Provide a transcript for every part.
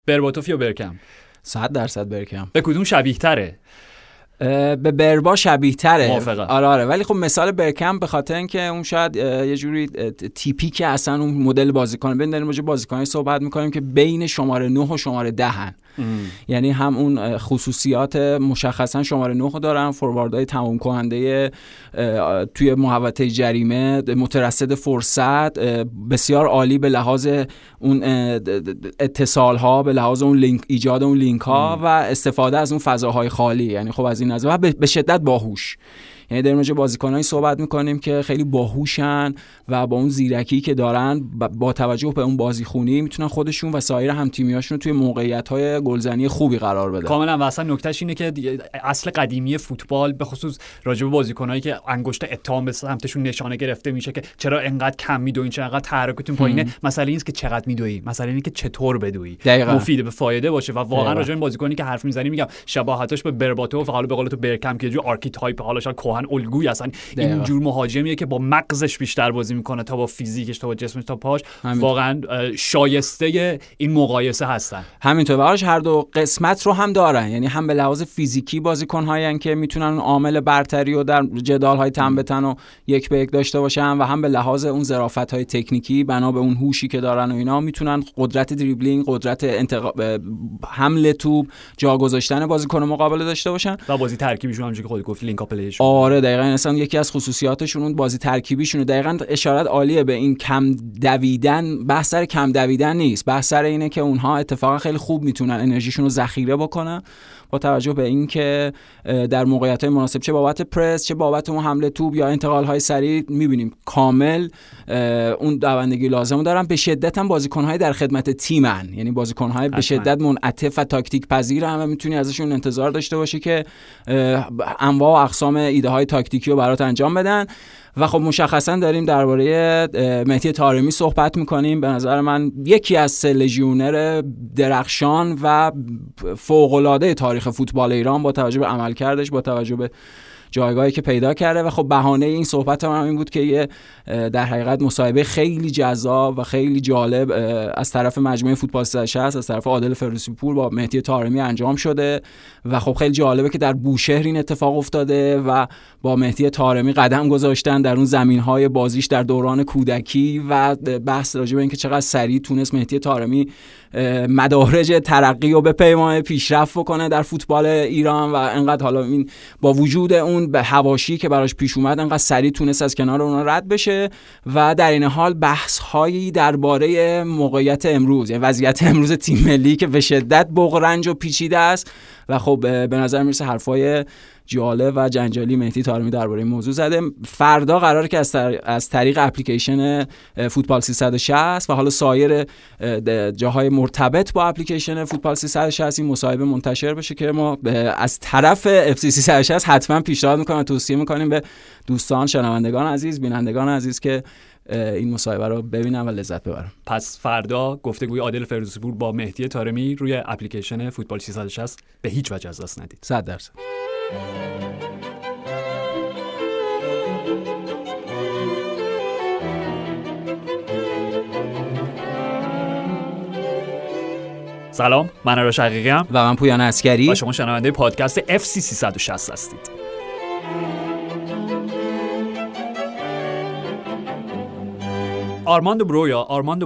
برباتوف یا برکم؟ 100% برکم. به کدوم شبیه تره؟ به بربا شبیه تره. موافقم. آره ولی خب مثال برکم به خاطر اینکه اون شاید یه جوری تیپیک اصلا اون مدل بازیکن. ببین داریم راجع به بازیکنای صحبت می‌کنیم که بین شماره 9 و شماره 10 هن. یعنی هم اون خصوصیات مشخصا شماره 9 دارن، فورواردهای تمام کننده توی محوطه جریمه، مترصد فرصت، بسیار عالی به لحاظ اون اتصال ها، به لحاظ اون لینک، ایجاد اون لینک ها و استفاده از اون فضاهای خالی. یعنی خب از این نظر به شدت باهوش. یعنی در مورد بازیکنایی صحبت می‌کنیم که خیلی باهوشن و با اون زیرکی که دارن با توجه به اون بازیخونی میتونن خودشون و سایر هم‌تیمیاشون رو توی موقعیت‌های گلزنی خوبی قرار بدن. کاملا. و اصلا نکتهش اینه که اصل قدیمی فوتبال به خصوص راجع به بازیکنایی که انگشت اتهام به سمتشون نشانه گرفته میشه که چرا انقدر کم میدوین، چرا انقدر تحرکتون پایینه، مسئله اینه که چقدر میدوی، مسئله اینه که چطور بدوی، مفید به فایده باشه. و واقعا راجع به بازیکنی که حرف میزنی میگم شباهتش به برباتوف و حالا به قول تو برکم که جو آرکیتایپ، حالا شاید کهن الگوی اصلا اینجور مهاجمیه که با مغزش بیشتر بازی میکنه تا با فیزیکش، تا با جسمش، تا پاش. واقعا شایسته این مقایسه هستن. همینطور باهاش هر دو قسمت رو هم دارن. یعنی هم به لحاظ فیزیکی بازیکن‌هایی که میتونن عامل برتری رو در جدال‌های تن به تن و یک به یک داشته باشن و هم به لحاظ اون ظرافت‌های تکنیکی بنا به اون هوشی که دارن و اینا میتونن قدرت دریبلینگ، قدرت حمله توپ، جا گذاشتن بازیکن مقابل داشته باشن. و بازی ترکیبیشون همونجوری که خودت گفتی لینک اپ پلیشون. آره دقیقاً، اصلا یکی از خصوصیاتشون اون بازی ترکیبیشونه. دقیقاً اشارت عالیه به این کم دویدن. بحث سر کم دویدن نیست، بحث سر اینه که اونها اتفاقا خیلی خوب میتونن انرژیشون رو ذخیره بکنن با توجه به اینکه در موقعیت‌های مناسب چه بابت پرس، چه بابت اون حمله توپ یا انتقال‌های سریع می‌بینیم کامل اون دوندگی لازم دارن. به شدت هم بازیکن‌های در خدمت تیمن، یعنی بازیکن‌های به شدت منعطف و تاکتیک پذیرن و می‌تونی ازشون انتظار داشته باشی که انواع و اقسام ایده‌های تاکتیکی رو برات انجام بدن. و خب مشخصا داریم درباره مهدی طارمی صحبت میکنیم. به نظر من یکی از سه لژیونر درخشان و فوق‌العاده تاریخ فوتبال ایران با توجه به عملکردش، با توجه به جایگاهی که پیدا کرده. و خب بهانه این صحبت من این بود که یه در حقیقت مصاحبه خیلی جذاب و خیلی جالب از طرف مجموعه فوتبال 360 از طرف عادل فردوسی پور با مهدی طارمی انجام شده و خب خیلی جالبه که در بوشهر این اتفاق افتاده و با مهدی طارمی قدم گذاشتن در اون زمین‌های بازیش در دوران کودکی و بحث راجع به اینکه چقدر سریع تونست مهدی طارمی مدارج ترقی و به پیمای پیشرفت بکنه در فوتبال ایران و انقدر حالا این با وجود اون به حواشی که براش پیش اومد انقدر سریع تونست از کنار اونها رد بشه. و در این حال بحث هایی درباره موقعیت امروز، یعنی وضعیت امروز تیم ملی که به شدت بغرنج و پیچیده است و خب به نظر میرسه حرفای جالب و جنجالی مهدی طارمی درباره این موضوع زده. فردا قراره که از طریق اپلیکیشن فوتبال 360 و حالا سایر جاهای مرتبط با اپلیکیشن فوتبال 360 این مصاحبه منتشر بشه که ما از طرف FC 360 حتما پیشنهاد میکنم و توصیه میکنیم به دوستان، شنوندگان عزیز، بینندگان عزیز که این مصاحبه رو ببینم و لذت ببرم. پس فردا گفتگوی عادل فردوسی پور با مهدی طارمی روی اپلیکیشن فوتبال 360 به هیچ وجه از دست ندید. 100%. سلام، من آرش حقیقی ام و من پویان عسکری و شما شنونده پادکست FC 360 هستید. آرماندو برویا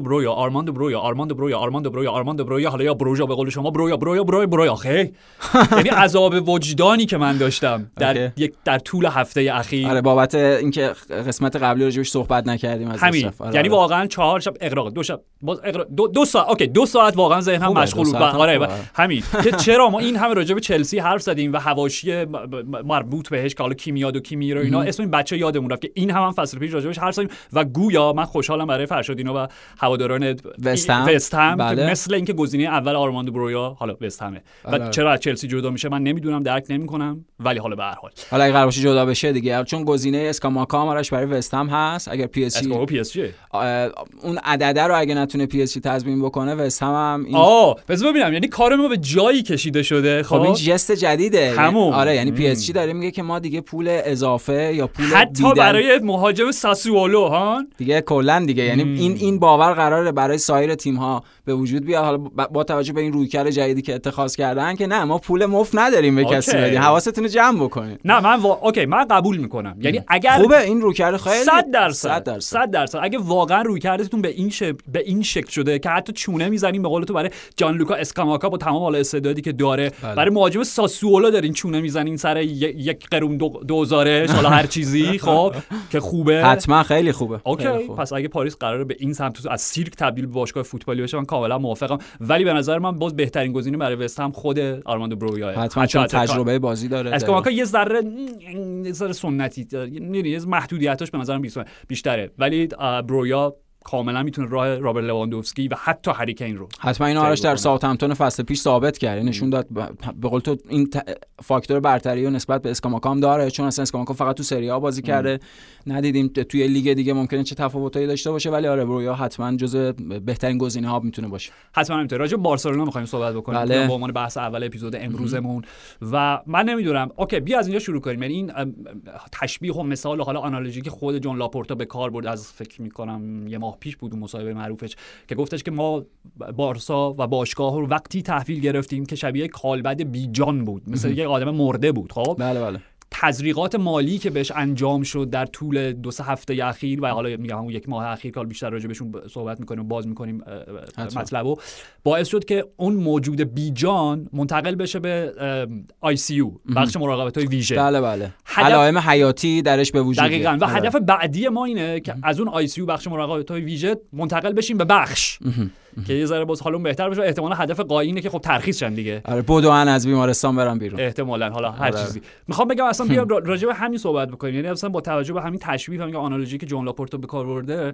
حالا یا بروژا به قول شما برویا خیلی یعنی عذاب وجدانی که من داشتم در طول هفته اخیر. آره بابت اینکه قسمت قبلی راجعش صحبت نکردیم از همین. یعنی واقعا 4 شب اغراق، 2 شب باز اغراق، 2 ساعت اوکی 2 ساعت واقعا ذهنم مشغول بود. آره همین که چرا ما این همه راجع به چلسی حرف زدیم و حواشی مربوط بهش که حالا کیمیاد و کیمی رو اینا اسم این بچه یادمون رفت که این هم فصل پیش راجع بهش حرف زدیم و گویا من خوشحالم برای فرشادینو و هواداران وست هم بله. مثل اینکه گزینه اول آرماندو برویا حالا وست همه و چرا از چلسی جدا میشه من نمیدونم، درک نمیکنم، ولی حالا به هر حال حالا اگه قرار باشه جدا بشه دیگه، چون گزینه اسکاماکا همراش برای وست هم هست. اگر پی اس جی اون عدده رو اگه نتونه پی اس جی تضمین بکنه وست هم این بذار ببینم، یعنی کار ما به جایی کشیده شده. خب این جست جدیده همون. آره یعنی پی اس جی داره میگه که ما دیگه پول اضافه یا پول حتی برای مهاجم ساسولو ها دیگه کلا دیگه. یعنی این باور قراره برای سایر تیم‌ها به وجود بیاد، حالا با توجه به این رویکرد جدیدی که اتخاذ کردن که نه ما پول مفت نداریم به کسی بدیم، حواستون رو جمع بکنید. نه من اوکی من قبول میکنم، یعنی اگر خوبه این رویکرد خیلی 100% اگه واقعا رویکردتون به این شکل شده که حتی چونه میزنیم به قول تو برای جان لوکا اسکاماکا با تمام حال استعدادی که داره، برای مهاجم ساسولو دارین چونه میزنین سر یک قرون دوزاره حالا هر چیزی خب که خوبه، حتما خیلی خوبه. اوکی پس اگه پاریس قراره به این سمت از سیرک تبدیل به باشگاه فوتبالی بشه من کاملا موافقم، ولی به نظر من باز بهترین گزینه برای وست هم خود آرماندو برویا، حتما چون تجربه بازی داره. اسکاماکا یه ذره سنتی یه محدودیتاش به نظرم بیشتره، ولی برویا کاملا میتونه راه رابرت لواندوفسکی و حتی هری کین رو حتما این آرش در ساوثهمپتون فصل پیش ثابت کرد، نشون داد به قول تو این فاکتور برتری و نسبت به اسکاماکا هم داره، چون اصلا اسکاماکا فقط تو سری آ بازی کرده، ندیدیم توی لیگ دیگه ممکنه چه تفاوتایی داشته باشه، ولی آره برویا حتما جزو بهترین گزینه ها میتونه باشه. حتما میتونه. راجع به بارسلونا می‌خوایم صحبت بکنیم به عنوان بحث اول اپیزود امروزمون و من نمیدونم اوکی بیا از اینجا شروع کنیم. یعنی این تشبیه و مثال حالا آنالوژی که خود جون لاپورتا به کار برد از فکر می‌کنم یه ماه پیش بود اون مصاحبه معروفش که گفتش که ما بارسا و باشگاه رو وقتی تحویل گرفتیم که شبیه کالبد بیجان بود، مثل یه آدم مرده بود. خب بله تزریقات مالی که بهش انجام شد در طول 2-3 هفته اخیر و حالا میگم اون یک ماه اخیر که بیشتر راجع بهشون صحبت می‌کنیم و باز می‌کنیم مطلبو، باعث شد که اون موجود بیجان منتقل بشه به ICU بخش مراقبت‌های ویژه. بله علائم حیاتی درش به وجود دقیقاً و هدف بعدی ما اینه که از اون ICU بخش مراقبت‌های ویژه منتقل بشیم به بخش که یه ذره باز حالون بهتر بشه. احتمالاً هدف قاینه که خب ترخیص شن دیگه. آره بدوان از بیمارستان برن بیرون. احتمالاً حالا هر چیزی. میخوام بگم اصلا بیا راجع به همین صحبت بکنیم. یعنی اصلا با توجه به همین تشبیه و آنالوژی که جون لاپورتا به کار برده،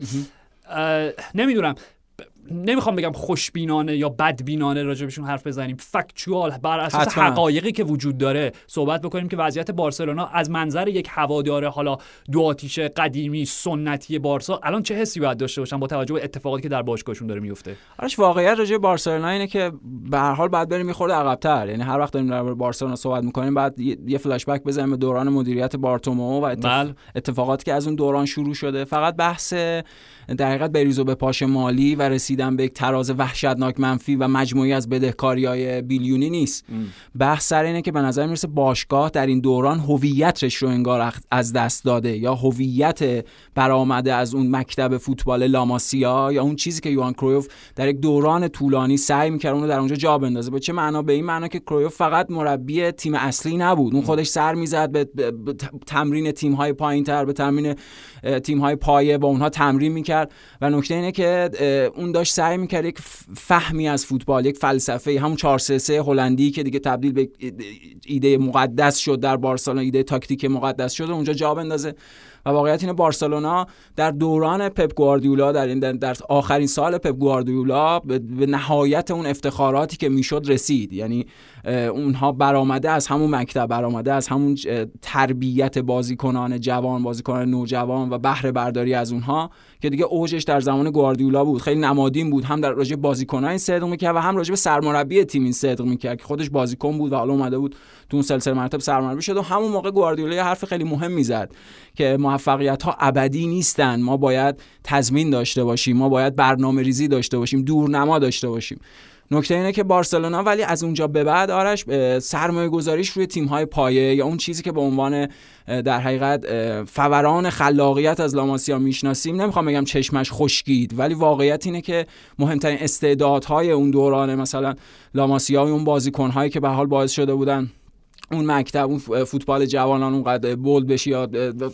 نمیدونم نمیخوام بگم خوشبینانه یا بدبینانه راجبشون حرف بزنیم، فکتوال بر اساس حقایقی که وجود داره صحبت بکنیم که وضعیت بارسلونا از منظر یک هوادار حالا دو آتیش قدیمی سنتی بارسا الان چه حسی باید داشته باشن با توجه به اتفاقاتی که در باشگاهشون داره میفته. آرش واقعیت راجع به بارسلونا اینه که به هر حال بعد بریم میخوره عقب‌تر، یعنی هر وقت داریم در بارسلونا صحبت میکنیم بعد یه فلش بک بزنیم به دوران مدیریت بارتومئو و اتفاقاتی که از اون دوران شروع شده. فقط بحث در حقیقت بریز و بپاش مالی و رسیدن به یک تراز وحشتناک منفی و مجموعی از بدهکاری‌های بیلیونی نیست. بحث سر اینه که به نظر میرسه باشگاه در این دوران هویتش رو انگار از دست داده، یا هویت برآمده از اون مکتب فوتبال لاماسیا یا اون چیزی که یوهان کرویف در یک دوران طولانی سعی می‌کرد اون رو در اونجا جا بندازه. به چه معنا؟ به این معنا که کرویف فقط مربی تیم اصلی نبود، اون خودش سر می‌زد به تمرین تیم‌های پایین‌تر، به تمرین تیم‌های پایه، با اونها تمرین می‌کرد و نکته اینه که اون داشت سعی می‌کرد یک فهمی از فوتبال، یک فلسفه، همون 4-3-3 هلندی که دیگه تبدیل به ایده مقدس شد در بارسلونا، ایده تاکتیک مقدس شد، اونجا جا بندازه. و واقعیت اینه بارسلونا در دوران پپ گواردیولا، در آخرین سال پپ گواردیولا به نهایت اون افتخاراتی که میشد رسید. یعنی اونها برآمده از همون مکتب، برآمده از همون تربیت بازیکنان جوان، بازیکنان نوجوان و بهره برداری از اونها که دیگه اوجش در زمان گواردیولا بود. خیلی نمادین بود، هم در راجع بازیکنان این صدق میکرد و هم راجع به سرمربی تیم این صدق میکرد که خودش بازیکن بود و حالا اومده بود تو اون سلسله مراتب سرمربی شد. و همون موقع گواردیولا یه حرف خیلی مهم میزد که موفقیت‌ها ابدی نیستن، ما باید تضمین داشته باشیم، ما باید برنامه‌ریزی داشته باشیم، دورنما داشته باشیم. نکته اینه که بارسلونا ولی از اونجا به بعد آرش سرمایه گذاریش روی تیم‌های پایه یا اون چیزی که به عنوان در حقیقت فوران خلاقیت از لاماسیا میشناسیم، نمیخوام بگم چشمش خشکید، ولی واقعیت اینه که مهمترین استعدادهای اون دوران مثلا لاماسیا اون بازیکن‌هایی که به حال باعث شده بودن اون مکتب، اون فوتبال جوانان اونقدر بولد بشه یا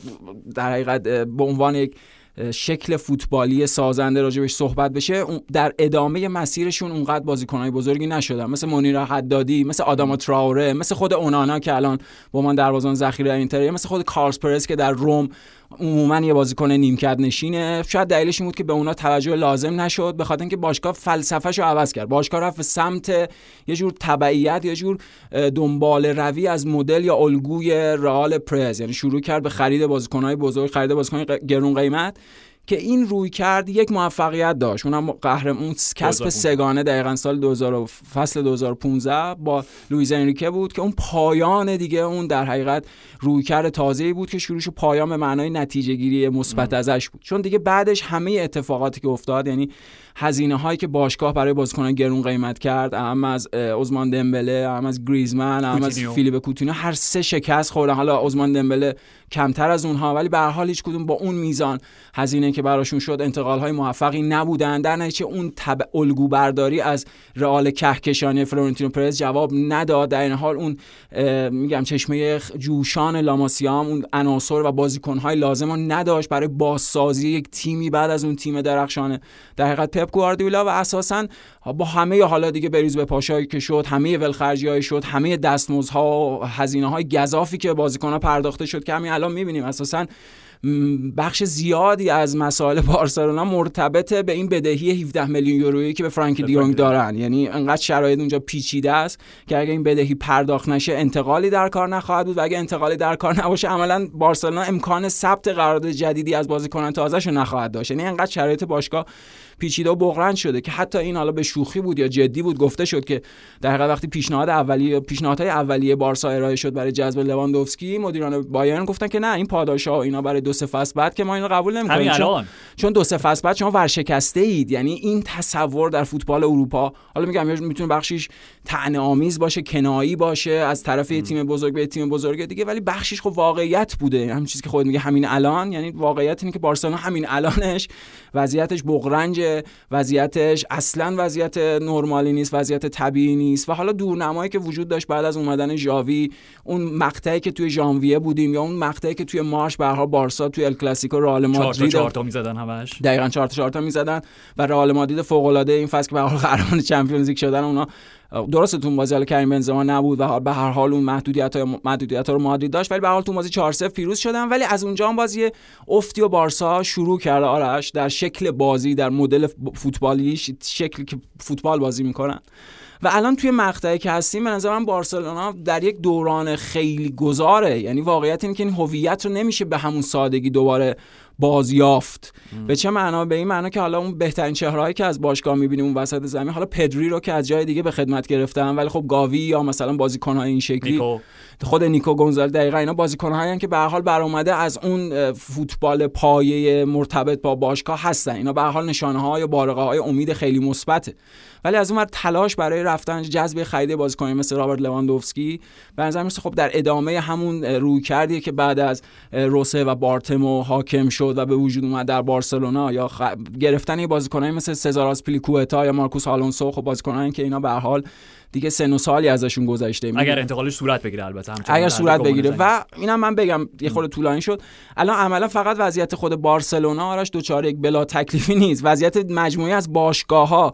در حقیقت به عنوان یک شکل فوتبالی سازنده راجبش صحبت بشه، در ادامه مسیرشون اونقدر بازیکنای بزرگی نشدن، مثل منیر حدادی، مثل آداما تراوره، مثل خود اونانا که الان با من دروازه‌بان ذخیره اینتر، مثل خود کارلس پرز که در روم عموما یه بازیکن نیمکت نشینه. شاید دلیلش این بود که به اونا توجه لازم نشد، به خاطر اینکه باشگاه فلسفه‌شو عوض کرد. باشگاه رفت به سمت یه جور تبعیت، یه جور دنبال روی از مدل یا الگوی رئال پرز، یعنی شروع کرد به خرید بازیکن‌های بزرگ، خرید بازیکن‌های گرون قیمت که این روی کرد یک موفقیت داشت، اونم قهرمان کسب سگانه دقیقاً سال 2000 فصل 2015 با لوئیز انریکه بود که اون پایان دیگه اون در حقیقت رویکرد تازه‌ای بود که شروعش پایان به معنای نتیجه گیری مثبت ازش بود، چون دیگه بعدش همه اتفاقاتی که افتاد، یعنی هزینه هایی که باشگاه برای بازیکنان گرون قیمت کرد، هم از عثمان دمبله، هم از گریزمن، هم از فیلیپ کوتینیو، هر سه شکست خوردن. حالا عثمان دمبله کمتر از اونها، ولی به هر حال هیچ کدوم با اون میزان هزینه که براشون شد انتقال های موفقی نبودن. در نتیجه اون الگو برداری از رئال کهکشانی فلورنتینو پرز جواب نداد. در این حال اون میگم چشمه جوشان لاماسیا اون عناصر و بازیکن های لازم رو نداشت برای بازسازی یک تیمی بعد از اون تیم درخشان در حقیقت پپ گواردیولا، و اساساً با همه حالا دیگه بریز به پاشایی که شد، همه ولخرجی‌های شد، همه دستمزدها و هزینه‌های گزافی که بازیکن‌ها پرداخته شد که همین الان می‌بینیم اساساً بخش زیادی از مسائل بارسلونا مرتبط به این بدهی 17 میلیون یورویی که به فرانکی دیونگ دارن. یعنی انقدر شرایط اونجا پیچیده است که اگه این بدهی پرداخت نشه انتقالی در کار نخواهد بود، و اگه انتقالی در کار نباشه عملاً بارسلونا امکان ثبت قرارداد جدیدی از بازیکنان تازه‌شو نخواهد داشت. یعنی انقدر شرایط باشگاه پیچیده و بغرند شده که حتی این حالا به شوخی بود یا جدی بود گفته شد که در حقیقت وقتی پیشنهادهای اولیه بارسا ارائه شد برای جذب لواندوفسکی، مدیران بایرن گفتن که نه، این پاداشا و اینا برای 2-3 فصل بعد که ما اینو قبول نمی‌کنیم، چون 2-3 فصل بعد شما ورشکسته اید. یعنی این تصور در فوتبال اروپا، حالا میگم میتونه بخشیش طعنه‌آمیز باشه، کنایی باشه از طرف یه تیم بزرگ به تیم بزرگ دیگه، ولی بخشیش خب واقعیت بوده. همین چیزی که خودت میگه همین الان، یعنی واقعیت اینه که بارسلونا همین الانش وضعیتش بغرنج، وضعیتش اصلا وضعیت نرمالی نیست، وضعیت طبیعی نیست. و حالا دورنمایی که وجود داشت بعد از اومدن ژاوی، اون مقطعی که توی ژانویه بودیم یا اون مقطعی که توی مارس به هر حال بارسا توی ال کلاسیکو رئال مادرید 4 تا میزدن، همش دقیقاً 4 تا میزدن و رئال مادرید فوق العاده این فصل که به هر حال قهرمان چمپیونز لیگ شدن، اونا درسته تو بازی کریم بنزما نبود و به هر حال اون محدودیت‌ها رو مادرید داشت، ولی به هر حال تو بازی 4-0 پیروز شدن. ولی از اونجا هم بازی افتی و بارسا شروع کرده آرش در شکل بازی، در مدل فوتبالیش، شکلی که فوتبال بازی میکنن. و الان توی مقطعی که هستیم به نظر من بارسلونا در یک دوران خیلی گذاره. یعنی واقعیت اینه که این هویت رو نمیشه به همون سادگی دوباره بازیافت. به چه معنا؟ به این معنا که حالا اون بهترین چهرهایی که از باشگاه می‌بینیم اون وسط زمین، حالا پدری رو که از جای دیگه به خدمت گرفتن، ولی خب گاوی یا مثلا بازیکن‌های این شکلی خود نیکو گونزالز، دقیقاً اینا بازیکن‌هایی هستن که به هر حال برآمده از اون فوتبال پایه مرتبط با باشگاه هستن. اینا به هر حال نشانه‌های یا بارقه‌های امید خیلی مثبته. ولی از اون ور تلاش برای رفتن جذب خرید بازیکنی مثل رابرت لواندوفسکی به نظر میاد خب در ادامه همون رویکردی که بعد از روسه و بارتمو حاکم شد و به وجود اومد در بارسلونا، یا گرفتن بازیکنایی مثل سزار آسپلیکوئتا یا مارکوس آلونسو، خب بازیکنایی که اینا به هر حال دیگه سن و سالی ازشون گذشته، اگر انتقالش صورت بگیره، البته اگر صورت بگیره. و اینم من بگم یه خورده طولانی شد، الان عملا فقط وضعیت خود بارسلونا آرش دوچار یک بلا تکلیفی نیست، وضعیت مجموعی از باشگاه‌ها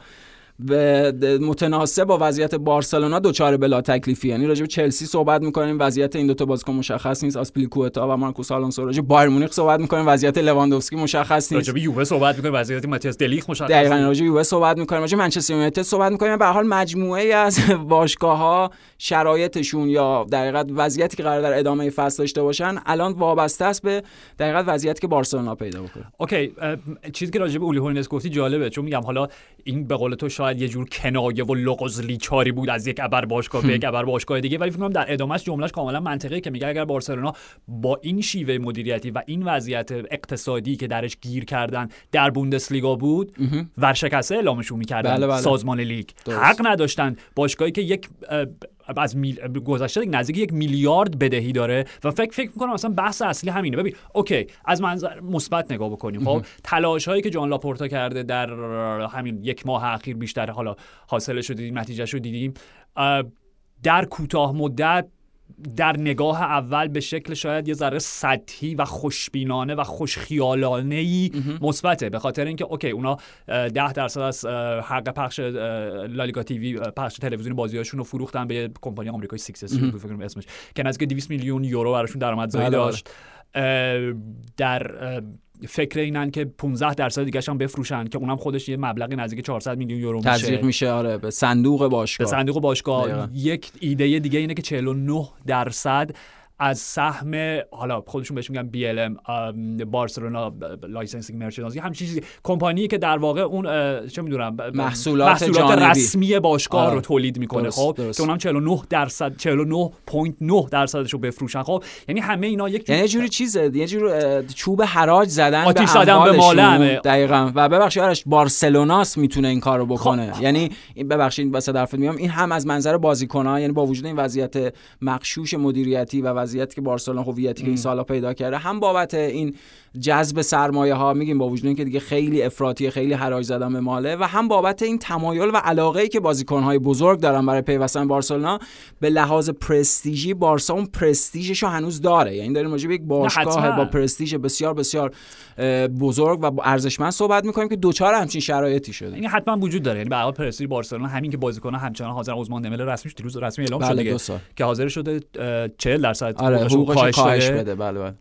متناسب با وضعیت بارسلونا دوچار بلا تکلیفی. یعنی راجع به چلسی صحبت می‌کنیم، وضعیت این دو تا بازیکن مشخص نیست، آسپلیکوئتا و مارکوس آلونسو. راجع به بایر مونیخ صحبت می‌کنیم، وضعیت لواندوفسکی مشخص نیست. راجع به یووه صحبت می‌کنیم، وضعیت ماتیاس دلیخ مشخص نیست. دقیقاً راجع به یووه صحبت می‌کنیم، راجع به منچستر یونایتد صحبت می‌کنیم. به هر حال مجموعه‌ای از باشگاه‌ها شرایطشون یا در حقیقت وضعیتی که قرار در ادامه فصل داشته باشن الان وابسته است به در حقیقت وضعیتی که بارسلونا پیدا بکنه. اوکی، چیزی که راجع به اولی هولینس گفتی جالبه، چون میگم حالا این به قول تو شاید یه جور کنایه و لغزلی چاری بود از یک ابر باشگاه به یک ابر باشگاه دیگه، ولی فکر کنم در ادامهش جملهش کاملا منطقیه که میگه اگر بارسلونا با این شیوه مدیریتی و این وضعیت اقتصادی که درش گیر کردن در بوندسلیگا بود ورشکسته اعلامشون می‌کردن. سازمان لیگ حق نداشتن. باشگاهی که یک از گذشته نزدیک 1 میلیارد بدهی داره و فکر می‌کنم مثلا بحث اصلی همینه. ببین اوکی، از منظر مثبت نگاه بکنیم، خب تلاش‌هایی که جان لاپورتا کرده در همین 1 ماه اخیر بیشتر حالا حاصلش رو دیدیم، نتیجه‌ش رو دیدیم، در کوتاه مدت در نگاه اول به شکل شاید یه ذره سطحی و خوشبینانه و خوشخیالانه‌ای مثبته، به خاطر اینکه اوکی اونا 10% از حق پخش لالیگا تیوی، پخش تلویزیونی بازیاشون رو فروختن به کمپانی آمریکایی سیکسس فکر کنم اسمش، که نزدیک 200 میلیون یورو براشون درآمدزایی داشت. در فکر اینن که 15% دیگه هم بفروشن که اونم خودش یه مبلغی نزدیک 400 میلیون یورو میشه، تزریق میشه آره به صندوق باشگاه. یک ایده دیگه اینه که 49% از سهم حالا خودشون بهش میگن BLM بارسلونا لایسنسینگ مرچندایز همین چیزی کمپانی که در واقع اون چه میدونم محصولات رسمی باشگاه رو تولید میکنه خب که اونم 49.9% رو بفروشن خب یعنی همه اینا یک یعنی جوری چیزه یه جور چوب حراج زدن آتیش زدن به ماله دقیقاً و ببخشید آرش بارسلوناست میتونه این کارو بکنه یعنی ببخشید واسه حرفت میام این هم از منظر بازیکن‌ها یعنی با وجود این وضعیت مغشوش مدیریتی و وضعیتی که بارسلونا هویتی که این سالا پیدا کرده هم بابت این جذب سرمایه ها میگیم با وجود اینکه دیگه خیلی افراطی خیلی حراج زدن به ماله و هم بابت این تمایل و علاقه‌ای که بازیکن‌های بزرگ دارن برای پیوستن بارسلونا به لحاظ پرستیژی بارسا اون پرستیژشو هنوز داره یعنی داریم راجع به یک باشگاه با پرستیژ بسیار بسیار بزرگ و ارزشمند صحبت می‌کنیم که دوچار همچین شرایطی شده این حتما وجود داره یعنی به هر حال پرستیژ بارسلونا همین که بازیکن‌ها همچنان حاضر عثمان دمبله رسمیش دیروز رسمی اعلام شده دیگه که حاضر شده 40% حقوقش کاهش بده بله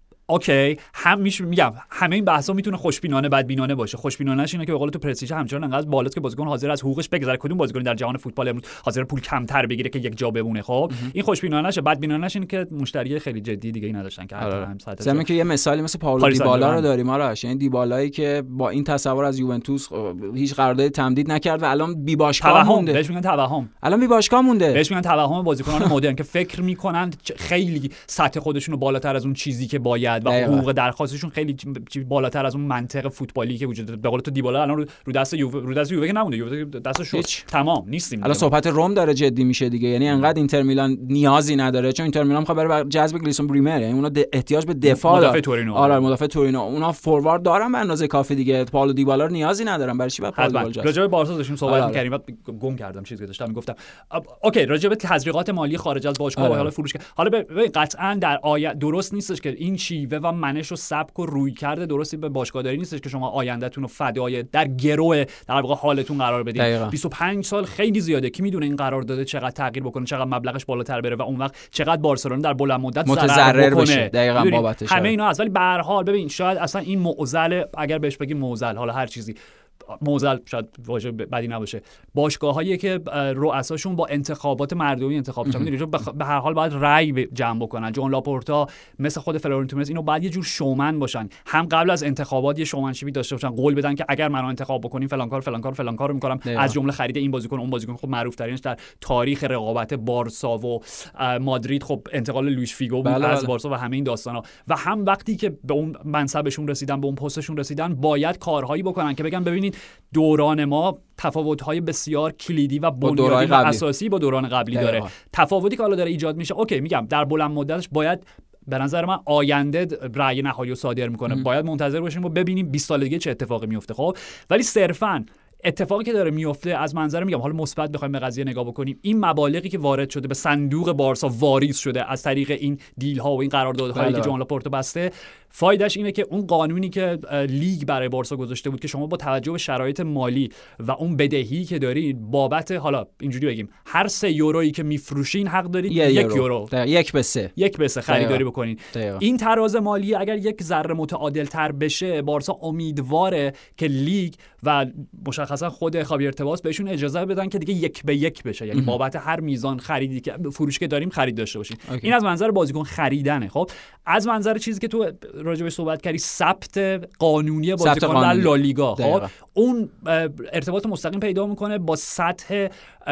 اوکی هم میگم همه این بحثا میتونه خوشبینانه بدبینانه باشه خوشبینانه‌اش اینه که به قول تو پرستیژ همچنان انقدر بالاست که بازیکن حاضر از حقوقش بگذره کدوم بازیکن در جهان فوتبال امروز حاضر پول کمتر بگیره که یک جا بمونه خب این خوشبینانه‌شه بدبینانه‌ش اینه که مشتری خیلی جدی دیگه ای نداشتن که حتی هم ساعت زمین که یه مثالی مثل پائولو دیبالا رو داریم آراش یعنی دیبالایی که با این تصور از یوونتوس هیچ قرارداد تمدید نکرد و الان بی باشگاه مونده بهش میگن توهم الان بی باشگاه مونده بهش میگن توهم بازیکنان مدرن که فکر میکنن خیلی سطح خودشون رو بالاتر از اون چیزی که باید و حقوق خاصشون خیلی بالاتر از اون منطق فوتبالی که وجود داره. به قول تو دیبالا الان رو دست یووه که نمونده، یووه دستش شد تمام نیستیم. الان صحبت روم داره جدی میشه دیگه، یعنی انقدر اینتر میلان نیازی نداره، چون اینتر میلان میخواد برای جذب گلیسون بریمر، یعنی اونا احتیاج به دفاع مدافع تورینو. آره مدافع تورینو اونا فوروارد دارن به اندازه کافی دیگه. پائولو دیبالا رو نیازی ندارن، برای چی بعد پائولو دیبالا؟ راجع به بارسا داشتیم صحبت می‌کردیم بعد گم کردم چیزی که داشتم میگفتم. اوکی راجع به تزریقات مالی خارج از باشگاه و حالا فروش حالا ببین قطعا در درست نیستش که این شیوه و منش و سبک و روی کرده درستی به باشگاهداری نیستش که شما آیندهتون رو فدای در گروه در واقع حالتون قرار بدید. 25 سال خیلی زیاده، کی میدونه این قرارداد چقدر تغییر بکنه، چقدر مبلغش بالاتر بره و اون وقت چقدر بارسلونا در بلند مدت ضرر بکنه. دقیقاً بابتش همه اینا از، ولی به هر حال ببین شاید اصلا این معضل، اگر بهش بگیم معضل، حالا هر چیزی معضل شاید واژه بدی نباشه، باشگاه‌هایی که رؤساشون با انتخابات مردمی انتخاب میشن میدونید به هر حال باید رأی جمع بکنن. جون لاپورتا مثل خود فلورنتینو اینو باید یه جور شومن باشن، هم قبل از انتخابات یه شومنشیپی داشته باشن، قول بدن که اگر منو انتخاب بکنین فلان کار فلان کار فلان کارو میکنم، از جمله خرید این بازیکن اون بازیکن. خب معروف ترینش در تاریخ رقابت بارسا و مادرید خب انتقال لوئیس فیگو بود از بارسا و همه این داستانا، و هم وقتی که به اون منصبشون رسیدن، به اون پستشون رسیدن، باید کارهایی بکنن که بگن ببینید دوران ما تفاوت‌های بسیار کلیدی و بنیادی و اساسی با دوران قبلی داره. تفاوتی که حالا داره ایجاد میشه، اوکی میگم در بلند مدتش باید به نظر من آینده رأی نهایی رو صادر میکنه، باید منتظر باشیم و ببینیم 20 سال دیگه چه اتفاقی میفته. خب ولی صرفاً اتفاقی که داره میفته از منظر میگم حالا مثبت بخوایم به قضیه نگاه بکنیم، این مبالغی که وارد شده به صندوق بارسا واریز شده از طریق این دیل ها و این قراردادهایی که جون لاپورتا بسته، فایدهش اینه که اون قانونی که لیگ برای بارسا گذاشته بود که شما با توجه به شرایط مالی و اون بدهی که دارید بابت، حالا اینجوری بگیم، هر 3 یورویی که میفروشین حق دارید 1 یورو 1 به 3 خریداری بکنین. این تراز مالی اگر یک ذره متعادل تر بشه، بارسا امیدواره که لیگ و مشخصا خود خابیر تباس بهشون اجازه بدن که دیگه 1 به 1 بشه، یعنی بابت هر میزان خریدی که فروشی که داریم خرید داشته باشیم. این از منظر بازیکن خریدنه. خب از منظر چیزی که تو راجبش صحبت کردی، ثبت قانونی بازیکن در لالیگا، خب اون ارتباط مستقیم پیدا میکنه با سطح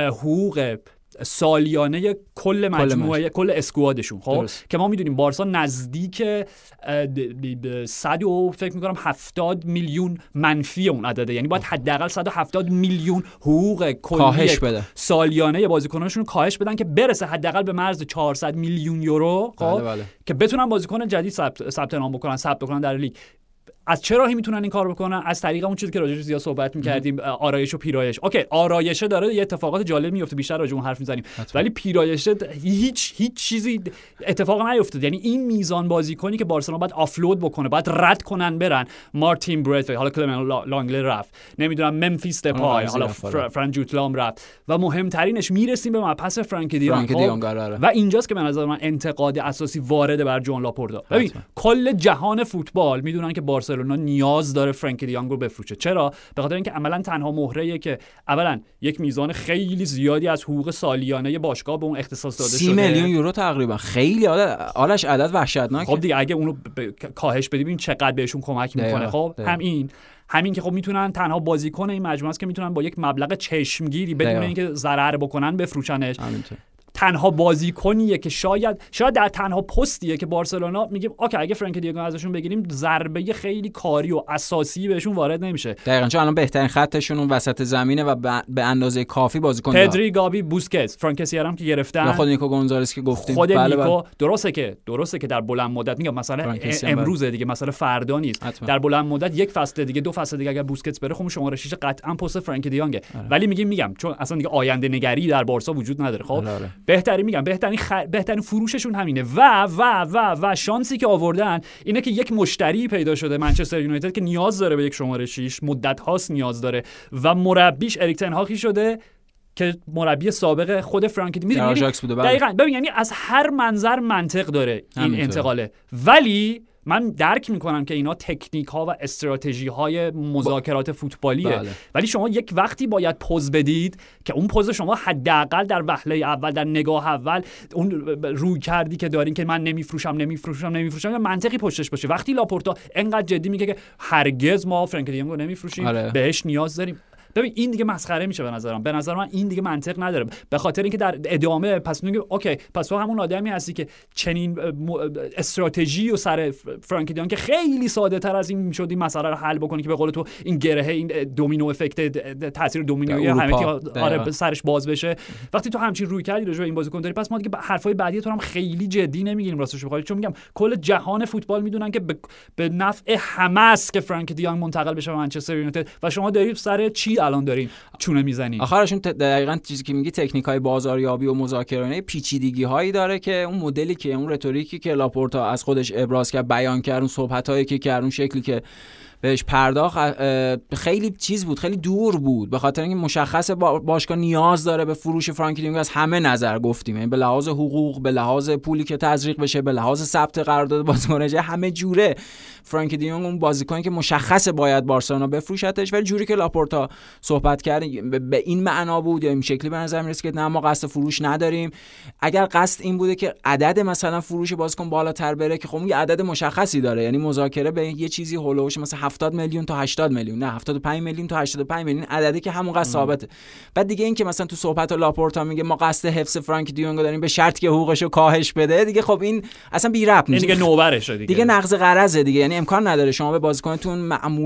حقوق سالیانه کل مجموعه کل اسکوادشون. خب که ما میدونیم بارسا نزدیک 100 فکر میکنم 70 میلیون منفی اون عدده، یعنی باید حداقل 170 میلیون حقوق کلی سالیانه بازیکناشون کاهش بدن که برسه حداقل به مرز 400 میلیون یورو. خب که بتونن بازیکن جدید ثبت نام بکنن در لیگ. از چه راهی میتونن این کار بکنن؟ از طریق اون چیزی که راجعش زیاد صحبت می‌کردیم، آرایش و پیرایش. اوکی آرایشه داره یه اتفاقات جالب میفته، بیشتر راجع اون حرف میزنیم، ولی پیرایشه هیچ چیزی اتفاق نیفتاد. یعنی این میزان بازیکنی که بارسلونا باید آفلود بکنه، باید رد کنن برن، مارتین برت، حالا کلمن لانگله رفت، نمیدونم ممفیس دپای، حالا فرانک لام رفت، و مهمترینش میرسیم به مبحث فرانک دیونگ. و اینجاست که به نظر من انتقاد اساسی وارد بر جون لاپورتا. ببین کل جهان فوتبال میدونن که بارسلونا بارسلونا نیاز داره فرانکی دیانگ رو بفروشه. چرا؟ به خاطر اینکه عملاً تنها مهره‌ایه که اولا یک میزان خیلی زیادی از حقوق سالیانه باشگاه به اون اختصاص داده شده، 30 میلیون یورو تقریبا، خیلی آلش عدد وحشتناکه. خب دیگه اگه اونو کاهش بدی ببین چقدر بهشون کمک میکنه. خب همین که خب میتونن تنها بازیکن این مجموعه است که میتونن با یک مبلغ چشمگیری بدون اینکه ضرر بکنن بفروشنش. تنها بازیکنیه که شاید در تنها پستیه که بارسلونا میگه اوکی اگه فرانکی دیگو ازشون بگیریم ضربه خیلی کاری و اساسی بهشون وارد نمیشه. دقیقاً، چون الان بهترین خطشون اون وسط زمینه و به اندازه کافی بازیکن داره. پدری، گابی، بوسکتس، فرانکسیار هم که گرفتن، یا خود نیکو گونزالس که گفتیم. خود نیکو درسته که در بلند مدت میگم مثلا امروز دیگه مثلا فردا نیست، در بلند مدت یک فصل دیگه 2 فصل دیگه اگر بوسکتس بره خب شماره 6 قطعا پست فرانکی دیانگه. ولی میگم چون اصلا دیگه آینده نگری در بارسا وجود نداره. خب بهترین فروششون همینه و شانسی که آوردن اینه که یک مشتری پیدا شده منچستر یونایتد که نیاز داره به یک شماره 6 مدت هاست نیاز داره و مربیش اریک تن هاگ شده که مربی سابق خود فرانکی دقیقاً. ببین یعنی از هر منظر منطق داره این انتقاله، ولی من درک میکنم که اینا تکنیک ها و استراتژی های مذاکرات فوتبالیه. ولی شما یک وقتی باید پوز بدید که اون پوز شما حداقل در وهله اول، در نگاه اول اون روی کردی که دارین که من نمیفروشم یا منطقی پشتش باشه. وقتی لاپورتا انقدر جدی میگه که هرگز ما فرانکی دیانگ رو نمیفروشیم، بهش نیاز داریم، ببین این دیگه مسخره میشه به نظر من این دیگه منطق نداره. به خاطر اینکه در ادامه پس میگه اوکی پس تو همون آدمی هستی که چنین استراتژی و سر فرانکی دیانگ که خیلی ساده تر از این میشد این مسئله رو حل بکنی که به قول تو این گره این دومینو افکت تاثیر دومینویی همه سرش باز بشه. وقتی تو همچین روی کردی راجع به این بازیکن داری پس ما دیگه حرفای بعدی تو هم خیلی جدی نمیگیریم راستش بخوای، چون میگم کل جهان فوتبال میدونن که به نفع همه است که فرانکی دیانگ منتقل بشه به منچستر یونایتد و شما دارید سر چی الان دارین چونه میزنین. آخرشون دقیقاً چیزی که میگی تکنیکای بازاریابی و مذاکره‌ای پیچیدگی هایی داره که اون مدلی که اون رتوریکی که لاپورتا از خودش ابراز کرد، بیان کرد، اون صحبتایی که کرد، اون شکلی که بهش پرداخت خیلی چیز بود، خیلی دور بود، به خاطر اینکه مشخص باشگاه نیاز داره به فروش فرانکی دیانگ از همه نظر گفتیم، یعنی به لحاظ حقوق، به لحاظ پولی که تزریق بشه، به لحاظ ثبت قرارداد بازیکن، همه جوره فرانکی دیانگ اون بازیکنی که مشخص باید بارسلونا بفروشتش. ولی جوری که لاپورتا صحبت کرد به این معنا بود یا این شکلی به نظر میرسه که نه ما قصد فروش نداریم. اگر قصد این بوده که عدد مثلا فروش بازیکن بالاتر بره که خب یه عدد مشخصی داره، یعنی مذاکره به یه چیزی هولوش مثلا 70 میلیون تا 80 میلیون، نه 75 میلیون تا 85 میلیون عددی که همون قصد ثابته. بعد دیگه این که مثلا تو صحبت لاپورتا میگه ما قصد حفظ فرانکی دیانگ داریم به شرطی که حقوقشو کاهش بده، دیگه خب این اصلا بی ربط میشه، دیگه نوبرشه، دیگه نقض قرضه دیگه. یعنی امکان نداره شما به بازیکنتون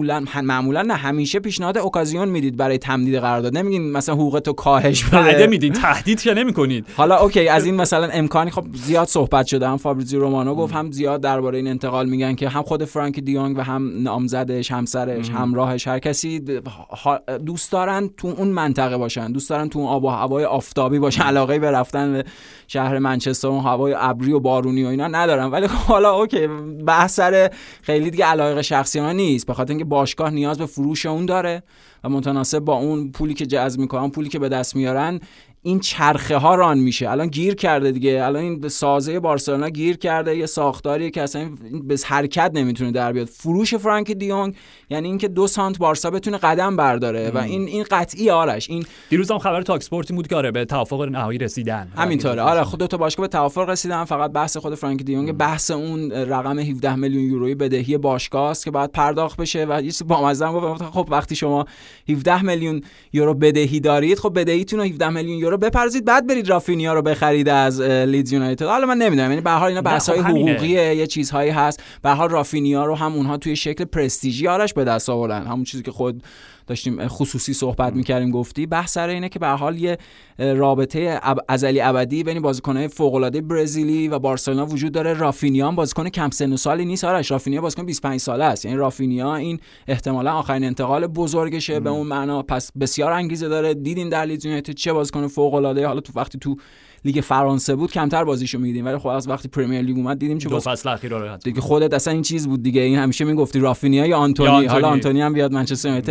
معمولا نه همیشه پیشنهاد اوکازیون میدید برای تمدید قرارداد، نمیگین مثلا حقوقتو کاهش بده، میدین تهدید که نمیکنید. حالا اوکی از این مثلا امکانی خب زیاد صحبت شده، هم فابریزیو رومانو گفت، هم زیاد درباره این انتقال میگن که هم خود فرانکی دیانگ و هم نامزدش، همسرش، همراهش، هر کسی دوست دارن تو اون منطقه باشن، دوست دارن تو اون آب و هوای آفتابی باشن، علاقه به رفتن به شهر منچستر اون هوای ابری و بارونی و اینا ندارن. ولی حالا اوکی بحث سر خیلی دیگه علایق شخصی ما نیست، به خاطر اینکه باشگاه نیاز به فروش اون داره و متناسب با اون پولی که جذب میکنن، پولی که به دست میارن، این چرخه ها ران میشه. الان گیر کرده دیگه، الان این سازه بارسلونا گیر کرده، یه ساختاریه که اصلا به حرکت نمیتونه در بیاد. فروش فرانکی دیانگ یعنی اینکه 2 سانت بارسا بتونه قدم برداره و این قطعی آرش. این دیروز هم خبر تاک اسپورتی بود که آره به توافق نهایی رسیدن. همینطوره، آره خود تا باشگاه به توافق رسیدن. فقط بحث خود فرانکی دیانگ، بحث اون رقم 17 میلیون یورویی بدهی باشگاه است که باید پرداخت بشه و یه چیز بامزه گفت خب وقتی شما 17 میلیون یورو بدهی دارید، خب بدهیتون رو 17 میلیون یورو بپرزید، بعد برید رافینیا رو بخرید از لیدز یونایتد. حالا من نمیدونم، یعنی به هر حال اینا بحث‌های حقوقیه، یه چیزهایی هست. به هر حال رافینیا رو هم اونها توی شکل پرستیژی آرش به دست آوردن، همون چیزی که خود داشتیم خصوصی صحبت می‌کردیم گفتی. بحث سر اینه که به هر حال یه رابطه ازلی ابدی بین بازیکن‌های فوق‌العاده برزیلی و بارسلونا وجود داره. رافینیا هم بازیکن کم سن و سالی نیست آرش، رافینیا بازیکن 25 ساله است. یعنی رافینیا این احتمالاً آخرین انتقال بزرگشه به اون معنا، پس بسیار انگیزه داره. دیدین در لیدز یونایتد چه بازیکن فوق‌العاده، حالا تو وقتی تو لیگ فرانسه بود کمتر بازیشو می‌دیدیم، ولی خب از وقتی پرمیر لیگ اومد دیدیم چه 2 فصل اخیر رو دیگه خودت اصلا این چیز بود دیگه. این همیشه میگفتی رافینیا یا آنتونی، حالا آنتونی هم بیاد منچستر یونایتد جالب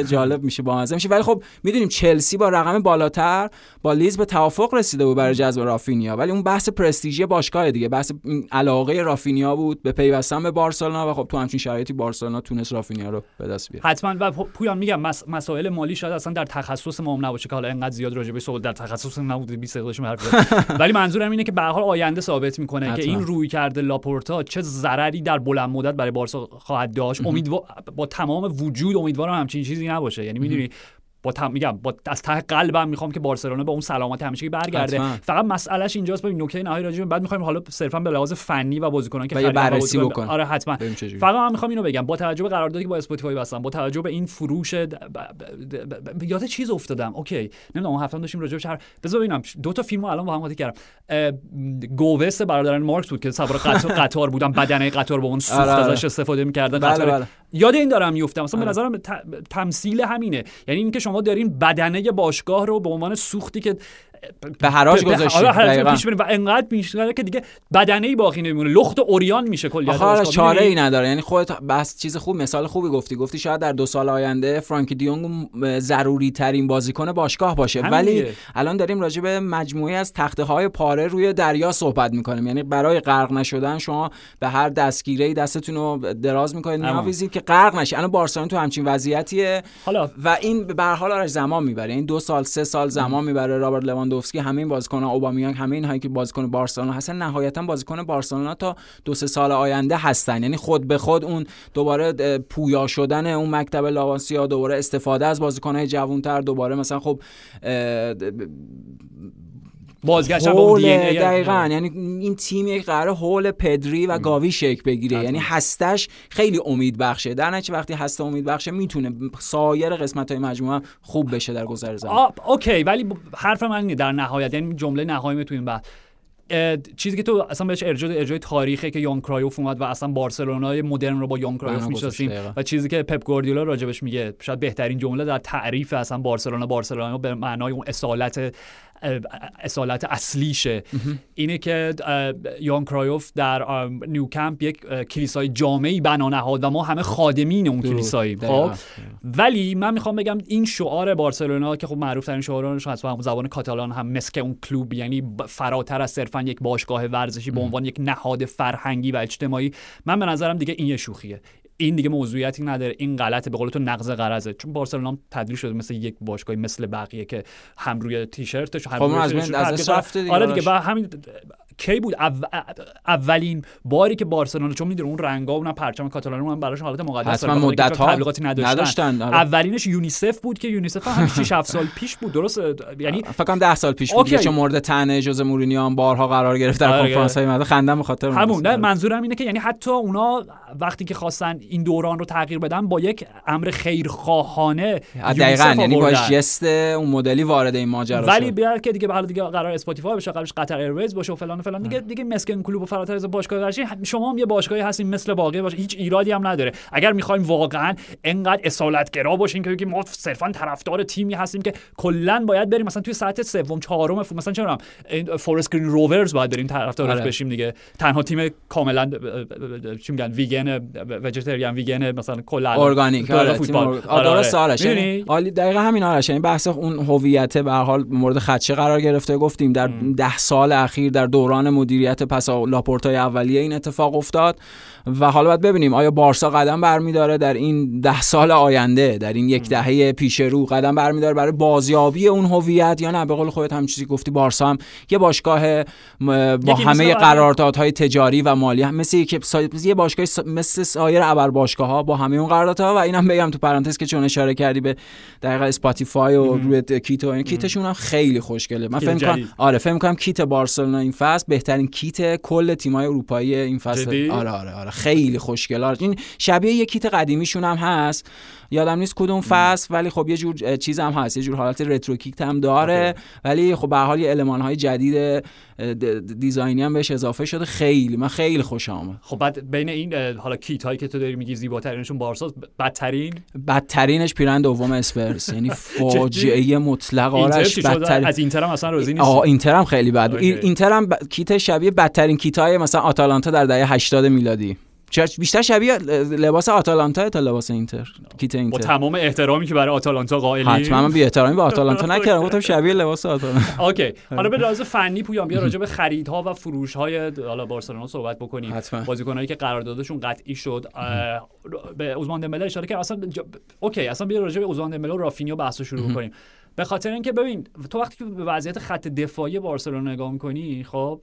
میشه، بامزه میشه. ولی خب میدونیم چلسی با رقم بالاتر با لیز به توافق رسیده بود برای جذب رافینیا، ولی اون بحث پرستیژی باشگاه دیگه، بحث علاقه رافینیا بود به پیوستن به بارسلونا و خب تو همچین شرایطی بارسلونا تونست رافینیا رو به دست بیاره. حتما. و پویان میگم مسائل مالی شاید اصلا در تخصص ما هم نباشه که حالا اینقدر زیاد راجع به صحبت در تخصص نبوده 20 دقیقه حرف بزنم، ولی منظورم اینه که به هر حال آینده ثابت میکنه که این روی کرده لاپورتا چه ضرری در بلند مدت برای بارسا خواهد داشت. با تمام وجود امیدوارم همچین چیزی نباشه. یعنی میدونی میگم از ته قلبم میخوام که بارسلونا با اون سلامت همیشگی برگرده. فقط مسئلهش اینجاست. ببین نکته نهایی راجع بعد میخوایم حالا صرفا به لحاظ فنی و بازیکنان که بررسی بکنیم. آره حتما. فقط من میخوام اینو بگم با توجه به قراردادی که با اسپاتیفای بستم، با توجه به این فروش یاد چیز افتادم. اوکی نمیدونم اون هفته داشتیم راجع به شهر بذار ببینم دو تا فیلمو الان با هم قاطی کردم. گووس برادران مارکس بود که سوار قطار بودن، بدنه قطار با اون سوخت ازش استفاده می‌کردن. قطار یاد این دارم میافتم. مثلا به نظرم تمثیل همینه، یعنی اینکه شما دارین بدنه باشگاه رو به عنوان سوختی که به حراج گذاشتید و انقدر میشه که دیگه بدنه‌ای باقی نمیمونه، لخت اوریان میشه کلیت باشگاه. چاره ای نداره. یعنی خودت بس چیز خوب مثال خوبی گفتی شاید در 2 سال آینده فرانکی دیونگ ضروری ترین بازیکن باشگاه باشه، ولی الان داریم راجع به مجموعه از تخته‌های پاره روی دریا صحبت می‌کنیم. یعنی برای غرق نشدن شما به هر دستگیره‌ای دستتون رو دراز می‌کنید می‌آویزید که غرق نشید. الان بارسلونا تو همچین وضعیتیه و این به هر حال زمان می‌بره. این 2 سال 3 سال زمان می‌بره. رابرت لواندوفسکی، همه این بازیکن‌ها، اوبامیانگ، همه اینهایی که بازیکن بارسلونا هستن نهایتاً بازیکن بارسلونا تا 2-3 سال آینده هستن. یعنی خود به خود اون دوباره پویا شدن اون مکتب لاواسیا، دوباره استفاده از بازیکن‌های جوان‌تر، دوباره مثلا خب بازگشتن به اون دی ان ای دقیقاً. یعنی این تیم یک قراره هول پدری و گاوی شکل بگیره. یعنی هستش خیلی امید بخشه. در نتیجه وقتی هست امید بخشه میتونه سایر قسمت‌های مجموعه خوب بشه در گذر زمان. اوکی ولی حرف من اینه در نهایت، یعنی جمله نهایی تو این بحث چیزی که تو اصلا بهش ارجاع تاریخی که یان کرایوف اومد و اصلا بارسلونای مدرن رو با یان کرایوف می‌شناسیم و چیزی که پپ گواردیولا راجبش میگه، شاید بهترین جمله در تعریف اصلا بارسلونا به معنای اون اصالت اصلیشه اینه که یان کرایوف در نیوکمپ یک کلیسای جامعی بنا نهاد و ما همه خادمین اون کلیساییم. خب ولی من میخوام بگم این شعار بارسلونا که خب معروف ترین شعارش هست و زبان کاتالان هم مسک اون کلوب، یعنی فراتر از صرفا یک باشگاه ورزشی به عنوان یک نهاد فرهنگی و اجتماعی، من به نظرم دیگه این یه شوخیه. این دیگه موضوعیتی نداره، این غلطه، به قول تو نقض غرضه. چون بارسلونا تبدیل شده مثل یک باشگاهی مثل بقیه که هم روی تیشرتش هم روی از رفته دیگه. آره دیگه و همین کی بود اولین باری که بارسلونا، چون میدونه اون رنگا اونم پرچم کاتالان اون براش حالت مقدس داره، مدت‌ها تبلیغاتی نداشتن. اولینش یونیسف بود که یونیسف هم 6-7 سال پیش بود، درست؟ یعنی فکر کنم 10 سال پیش بود که چون مورد طعنه جوزه مورینیو هم بارها قرار گرفت در کنفرانس‌های مده. خندم به خاطر همون. نه منظورم اینه که یعنی حتی اونا وقتی که خواستن این دوران رو تغییر بدن با یک امر خیرخواهانه دقیقاً، یعنی با جست اون مدلی وارد این ماجرا شد. ولی بیاد که دیگه به حال دیگه قرار اسپاتیفای بشه، قرارش قطر ایرویز باشه و فلان و فلان، دیگه مسکن کلوب و فراتر از باشگاه ورزشی شما هم یه باشگاهی هستین مثل باقی باشه، هیچ ایرادی هم نداره. اگر می‌خوایم واقعاً انقدر اصالت‌گرا باشین که ما صرفاً طرفدار تیمی هستیم که کلاً باید بریم مثلا توی ساعت سوم چهارم مثلا چرا فورست گرین روورز باید بریم طرفدارش بشیم دیگه، تنها تیم کاملاً چی میگن ویگن ویجیتریان ویگن مثلا کلا ارگانیک فوتبال. درست آرش، عالی. دقیقاً همین آرش، یعنی بحث اون هویت به هر حال مورد خدشه قرار گرفته. گفتیم در 10 سال اخیر در دوران مدیریت پس لاپورتای اولیه این اتفاق افتاد و حالا باید ببینیم آیا بارسا قدم برمی‌داره در این 10 سال آینده، در این یک دهه پیش رو قدم برمی‌داره برای بازیابی اون هویت یا نه. به قول خودت هم چیزی گفتی، بارسا هم یه باشگاه با همه قراردادهای تجاری و مالی هم مثل یه باشگاه مثل سایر ابر باشگاه‌ها با همه اون قراردادها. و اینم بگم تو پرانتز که چون اشاره کردی به دقیقاً اسپاتیفای و روی کیت و این کیتشون هم خیلی خوشگله. من فکر می‌کنم کیت بارسلونا این فصل بهترین کیت کل تیم‌های اروپایی این فصل. آره خیلی خوشگله. این شبیه یک کیت قدیمیشون هم هست، یادم نیست کدوم فصل، ولی خب یه جور چیز هم هست، یه جور حالت رترو کیت هم داره. ولی خب به هر حال یه المان‌های جدید دیزاینی هم بهش اضافه شده. من خیلی خوشم اومد. خب بعد بین این حالا کیت هایی که تو داری میگی زیباترینشون بارسا، بدترینش پیرن دوم اسپرس، یعنی فاجعه مطلق. آرش بدترین از اینتر هم اصلا راضی نیست. اینتر هم خیلی بد. اینتر هم کیت شبیه بدترین کیت‌های مثلا آتالانتا در دهه 80 میلادی. بیشتر شبیه لباس آتالانتا تا لباس اینتر، کیت اینتر. با تمام احترامی که برای آتالانتا قائلی، حتما من بی احترامی به آتالانتا نکردم، گفتم شبیه لباس آتالانتا. اوکی، حالا به لحاظ فنی پویان بیا راجع به خریدها و فروش‌های حالا بارسلونا صحبت بکنیم. بازیکنایی که قراردادشون قطعی شد، به عثمان دمبله اشاره کردم. اصلا اوکی، اصلا بیا راجع به عثمان دمبله و رافینیا بحثو شروع کنیم. به خاطر اینکه ببین تو وقتی که به وضعیت خط دفاعی بارسلونا نگاه می‌کنی، خب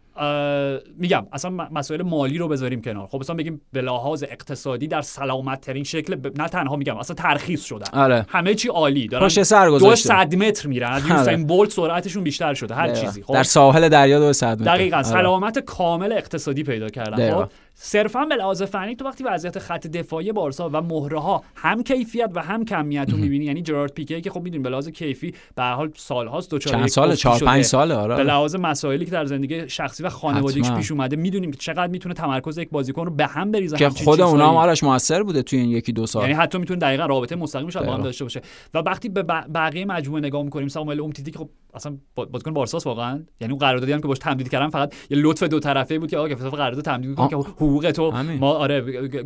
میگم اصلا مسائل مالی رو بذاریم کنار، خب اصلا بگیم به لحاظ اقتصادی در سلامت ترین شکل نه تنها میگم اصلا ترخیص شدن، همه چی عالی دارن، پشت سر گذاشته 200 متر میرن، از یوسین بولت سرعتشون بیشتر شده، هر چیزی خب در ساحل دریا 200 متر دقیقاً سلامت کامل اقتصادی پیدا کردن. خب صرفا به لحاظ فنی تو وقتی وضعیت خط دفاعی بارسا و مهره ها هم کیفیت و هم کمیت رو می‌بینی، یعنی جرارد پیکه که خب می‌دونیم به لحاظ کیفی به هر حال سال‌هاست دوچار چند سال 4-5 ساله آره، به لحاظ مسائلی که در زندگی شخصی و خانوادگیش پیش اومده می‌دونیم که چقدر میتونه تمرکز یک بازیکن رو به هم بریزه، که خود اونها هم آرش موثر بوده توی این 1-2 سال، یعنی حتی میتونه دقیقاً رابطه مستقیم شاید با هم داشته باشه. و وقتی به بقیه مجموعه نگاه می‌کنیم، ساموئل اومتیتی که خب اصلا بازیکن بارساست واقعا، یعنی اون قراردادی هم که باش تمدید کردن فقط یه لطف دو طرفه بود که آقا که قرارداد تمدید کن که حقوق تو ما آره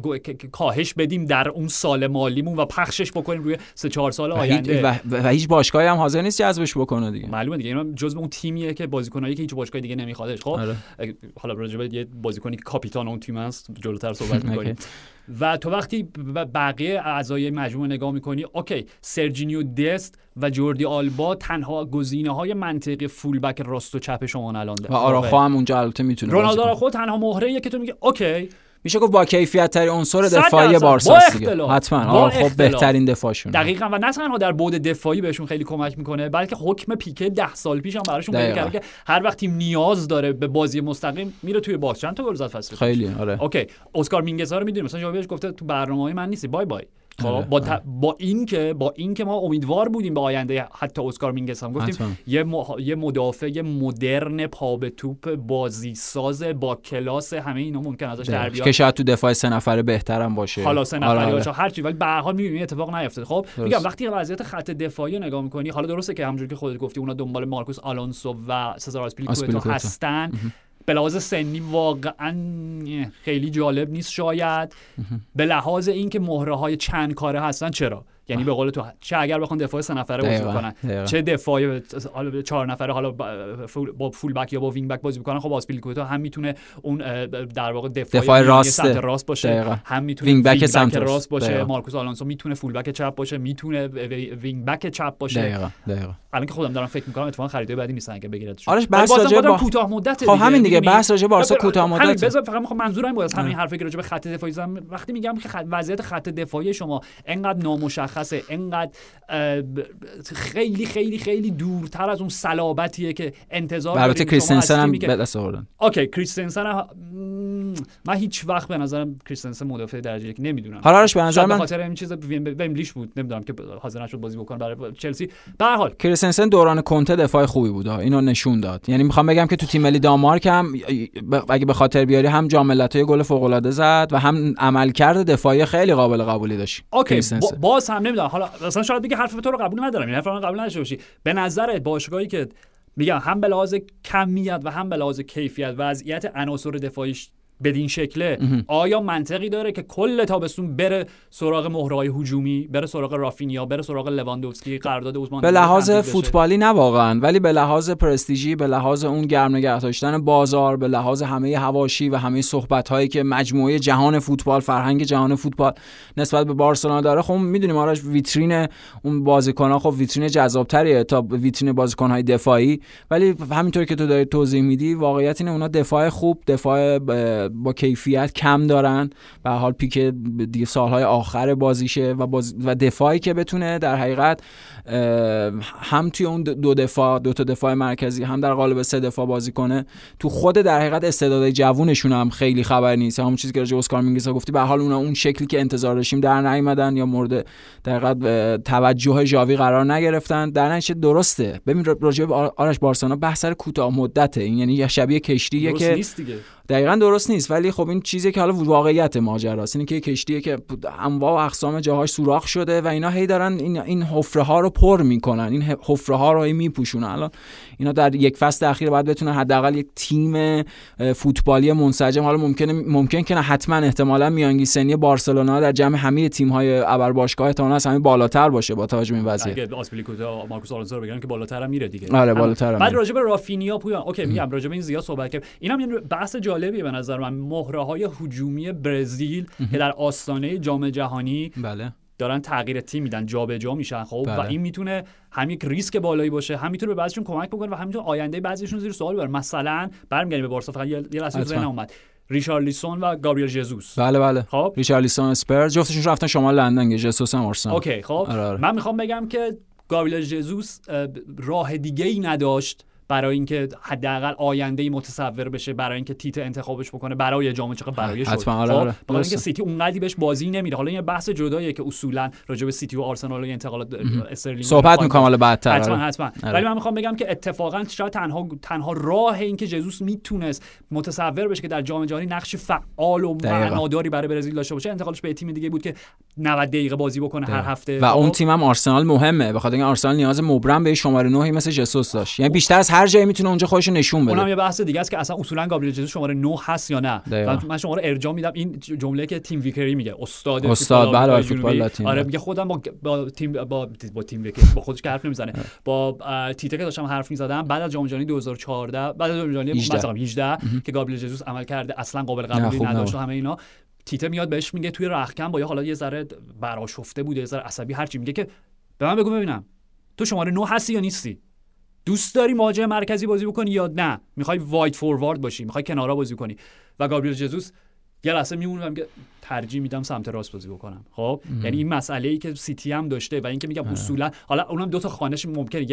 کاهش بدیم در اون سال مالیمون و پخشش بکنیم روی 3-4 سال آینده و هیچ باشگاهی هم حاضر نیست جذبش بکنه دیگه. معلومه دیگه، اینا جزء اون تیمیه که بازیکنایی که هیچ باشگاهی دیگه نمیخوادش. خب حالا راجع به یه بازیکنی که کاپیتان اون تیم است جلوتر صحبت می‌کنیم. و تو وقتی بقیه اعضای مجموعه نگاه می‌کنی، اوکی سرجینیو دست و جوردی آلبا تنها گزینه‌های منطقی فول بک راست و چپ شما الان داره و آراخو هم اونجا البته میتونه. رونالدو آراخو تنها مهره‌ایه که تو میگه اوکی میشه گفت با کیفیت ترین عنصر دفاعی بارسا دیگه، حتما خب بهترین دفاعشون دقیقاً، و نه تنها در بعد دفاعی بهشون خیلی کمک میکنه، بلکه حکم پیکه 10 سال پیش هم براشون پیدا کرد که هر وقت تیم نیاز داره به بازی مستقیم میره توی باکس. چند تا گل زد فصل خیلی آره. اوکی اسکار مینگزا رو میدونیم، مثلا جاویش گفته تو برنامه‌های من نیستی، بای بای. خب با این که ما امیدوار بودیم به آینده حتی اسکار مینگز هم گفتیم یه مدافع مدرن پا به توپ بازی ساز با کلاس، همه اینا ممکن ازش در بیاد که شاید تو دفاع 3 نفره بهترم باشه، حالا 3 نفره باشه هر چی، ولی به هر حال می‌بینی اتفاق نیفتاده. خب میگم وقتی وضعیت خط دفاعی نگاه می‌کنی، حالا درسته که همونجوری که خودت گفتی اونا دنبال مارکوس آلونسو و سزار آسپیلیکوتا هستن، به لحاظ سنی واقعا خیلی جالب نیست شاید، به لحاظ اینکه مهره‌های چند کاره هستن. چرا؟ یعنی به قول تو چه اگر بخوان دفاع 3 نفره بازی کنن، چه دفاع حالا 4 نفره، حالا با فول بک یا با وینگ بک بازی بکنن، خب آسپیلیکوتا هم میتونه اون در واقع دفاع راست سمت راست باشه، هم میتونه وینگ بک سمت راست باشه. مارکوس آلونسو میتونه فول بک چپ باشه، میتونه وینگ بک چپ باشه. دقیقاً الان که خودم دارم فکر می‌کنم اتفاقا خریدای بعدی نیستن که بگیرتش. آرش بحث راجع به کوتاه مدت خب همین دیگه بحث راجع به بارسا کوتاه مدت. بذار فقط می‌خوام منظورم بود از همین حرفی که راجع به خط دفاعی زدم، وقتی میگم که وضعیت خط دفاعی شما انقدر نامشخصه، انقدر خیلی خیلی خیلی دورتر از اون صلابتیه که انتظار البته کریستنسن هم به دست آوردن. اوکی کریستنسن من هیچ وقت به نظرم کریستنسن مدافع درجه یک نمیدونم. حالا به نظر من به خاطر این چیز ویمبلیش بود، نمیدونم که حاضر نشد بازی بکنه برای چلسی. به هر حال کریستنسن دوران کنته دفاع خوبی بود، اینو نشون داد. یعنی میخوام بگم که تو تیم ملی دانمارک هم اگه به خاطر بیاری هم جام ملت‌های گل فوق‌العاده زد و هم عملکرد دفاعی خیلی قابل قبولی داشت. اوکی باز هم نمیدونم، حالا مثلا شاید دیگه حرف تو رو قبول ندارم، این حرف رو قبول نداشته باشی. به نظرت باشگاهی که میگم هم به لحاظ کمیت و هم به لحاظ کیفیت وضعیت عناصر دفاعیش بدین شکله، آیا منطقی داره که کل تابستون بره سراغ مهرهای هجومی، بره سراغ رافینیا، بره سراغ لواندوفسکی، قرارداد عثمان به لحاظ فوتبالی نه واقعا، ولی به لحاظ پرستیژی، به لحاظ اون گرم نگه داشتن بازار، به لحاظ همه حواشی و همه صحبت‌هایی که مجموعه جهان فوتبال، فرهنگ جهان فوتبال نسبت به بارسلونا داره، خب میدونیم آراش ویترین اون بازیکن‌ها خب ویترین جذاب‌تریه تا ویترین بازیکن‌های دفاعی، ولی همینطور که تو داری توضیح میدی واقعیت اینه اونا دفاع خوب، دفاع با کیفیت کم دارن. به حال پیک دیگه سالهای آخر بازیشه و دفاعی که بتونه در حقیقت هم توی اون دو تا دفاع مرکزی هم در قالب 3 دفاع بازی کنه. تو خود در حقیقت استعدادهای جوونشون هم خیلی خبر نیست، همون چیزی که راجع به اسکار مینگزا گفتی، به حال اونا اون شکلی که انتظار داشتیم در نیومدن یا مورد در حقیقت توجه ژاوی قرار نگرفتن. در نتیجه درسته. ببین راجع به آرش بارسلونا بحث سر کوتاه مدته، این یعنی شبیه کشتیه که دقیقاً درست نیست، ولی خب این چیزی که حالا واقعیت ماجراست، اینه که کشتیه که انواع و اقسام جاهاش سوراخ شده و اینا هی دارن این حفره ها رو پر میکنن، این حفره ها رو هی میپوشونن. الان اینا در یک فصل اخیر باید بتونن حداقل یک تیم فوتبالی منسجم، حالا ممکن که نه حتما احتمالاً میانگین سنی بارسلونا در جمع همه تیم‌های ابر باشگاه احتمالاً از همین بالاتر باشه با توجه به این وضعیت. اگه آسپلیکوتا مارکوس آلونسو رو بگن که بالاتر هم میره دیگه. آره بالاتر. بعد راجع به رافینیا پویان اوکی میگم راجع به این زیاد صحبت کردم. اینم یه بحث جالبیه به نظر من. مهره‌های هجومی برزیل که در آستانه جام جهانی بله دارن تغییر تیم میدن، جابجا میشن خب بله. و این میتونه هم یک ریسک بالایی باشه، هم میتونه به بعضیشون کمک بکنه و هم میتونه آینده بعضیشون زیر سوال ببره. مثلا برمیگردیم به بارسا، فقط یه لحظه ذهنم اومد ریشارلیسون و گابریل ژزوس. بله خب ریشارلیسون اسپرز جفتشون رفتن شمال لندن، ژزوس هم آرسنال. اوکی خب من میخوام بگم که گابریل ژزوس راه دیگه‌ای نداشت برای اینکه حداقل آینده‌ای متصور بشه، برای اینکه تیت انتخابش بکنه برای جام جهانی برای شد. حتما برای اینکه سیتی اونقدی بهش بازی نمیده. حالا این بحث جداییه که اصولا راجع به سیتی و آرسنال و انتقالات استرلینگ صحبت می‌کنم حالا بعدتر. حتما. ولی من میخوام بگم که اتفاقا شاید تنها راه این که ژزوس میتونست متصور بشه که در جام جهانی نقش فعال و معناداری برای برزیل داشته باشه، انتقالش به تیم دیگه بود که 90 دقیقه بازی بکنه هر هفته. و اون تیمم آرسنال مهمه، بخاطر اینکه آرسنال نیاز مبرم به شماره 9 مثل ژزوس داشت. یعنی بیشتر از هر جایی میتونه اونجا خودش نشون بده. اونم یه بحث دیگه است که اصلا اصولا گابریل ژزوس شماره 9 هست یا نه. من شماره ارجاع میدم این جمله که تیم ویکری میگه، استاد بله فوتبال لاتین. آره میگه خودم با تیم ویکری با خودش که حرف نمیزنه، با تیته که داشتم حرف میزدم بعد از جام جهانی 2014 بعد از جام جهانی مثلا 18 که گابریل ژزوس عمل کرده اصلا قابل قبولی نداشت و همه اینا، تیته میاد بهش میگه توی رختکن با حالا یه ذره برآشفته بوده، یه ذره عصبی هرچی، میگه که به من بگو ببینم تو شماره 9 هستی یا نیستی؟ دوست داری مهاجم مرکزی بازی بکنی یا نه؟ میخوای واید فوروارد باشی، میخوای کنارا بازی کنی؟ و گابریل ژزوس یه لحظه میمونه و میگه ترجیح میدم سمت راست بازی بکنم. خب یعنی این مسئله‌ای که سیتی هم داشته و اینکه میگم اصولا حالا اونم دو تا خانش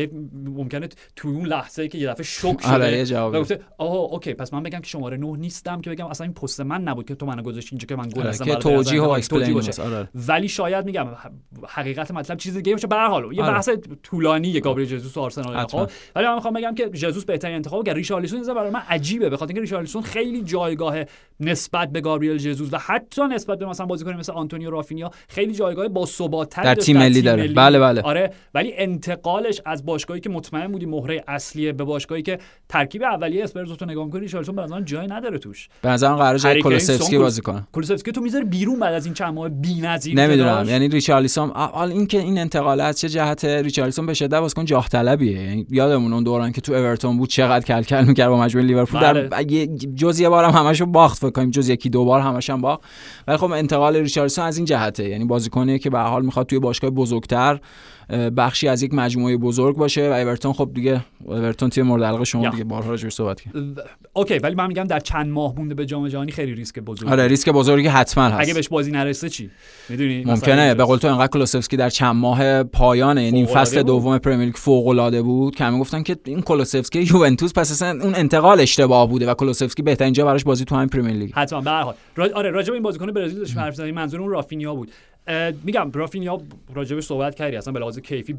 ممکنه تو اون لحظه‌ای که یه دفعه شوک شده و گفته اوکی پس من بگم که شماره 9 نیستم، که بگم اصلا این پست من نبود که تو منو گذاشتی اینجا که من گل هستم، که توجیه و اکسپلین باشه. ولی شاید میگم حقیقت مطلب چیز دیگه باشه. به هر حال یه بحث طولانیه گابریل ژزوس و آرسنال. خب ولی من میخوام بگم که ژزوس بهترین انتخاب که ریشارلیسون برای من عجیبه، به خاطر اینکه ریشارلیسون خیلی جایگاه نسبت به گابریل ژزوس و حتی نسبت به مثلا بازیکن مثل آنتونیو رافینیا خیلی جایگاه با ثبات‌تری در تیم ملی داره. بله آره، ولی انتقالش از باشگاهی که مطمئن بودی مهره اصلیه به باشگاهی که ترکیب اولیه اسپرز رو نگاه می‌کنی ریشارلیسون به نظر من جای نداره توش. به نظر من قراره جای کولوسفسکی بازی کنه. کولوسفسکی تو میذاری بیرون بعد از این چند ماه بی‌نظیر. نمیدونم یعنی ریشارلیسون این که این انتقال از چه جهت ریشارلیسون به شدت بازیکن جاه طلبیه. یعنی یادمون اون دوران که تو اورتون بود چقدر کلکل می‌کرد با مجموعه لیورپول، در جز یه بارم همشو باخت فکر کنم، جز یکی دو بار همش هم باخت. ولی خب انتقال ریشارلیسون از این جهته، یعنی بازیکنی که به هر حال میخواد توی باشگاه بزرگتر بخشی از یک مجموعه بزرگ باشه و اورتون خب دیگه اورتون تیم مورد علاقه شما دیگه بارها راجعش صحبت کردیم. اوکی ولی من میگم در چند ماه مونده به جام جهانی خیلی ریسک بزرگه. آره ریسک بزرگی حتما هست. اگه بهش بازی نرسه چی؟ میدونی ممکنه به قول تو انقدر کولوسفسکی در چند ماه پایانه، یعنی فصل دوم پرمیر لیگ فوق العاده بود که همه گفتن که این کولوسفسکی یوونتوس پس اصلا اون انتقال اشتباه بوده و کولوسفسکی بهترین جا براش بازی تو همین پرمیر لیگ. حتما به هر حال آره راجع به این بازیکن برزیل داشتیم حرف زدیم، منظورم رافینیا بود. میگم رافینیا راجبش صحبت کردی، اصلا به لحاظ کیفی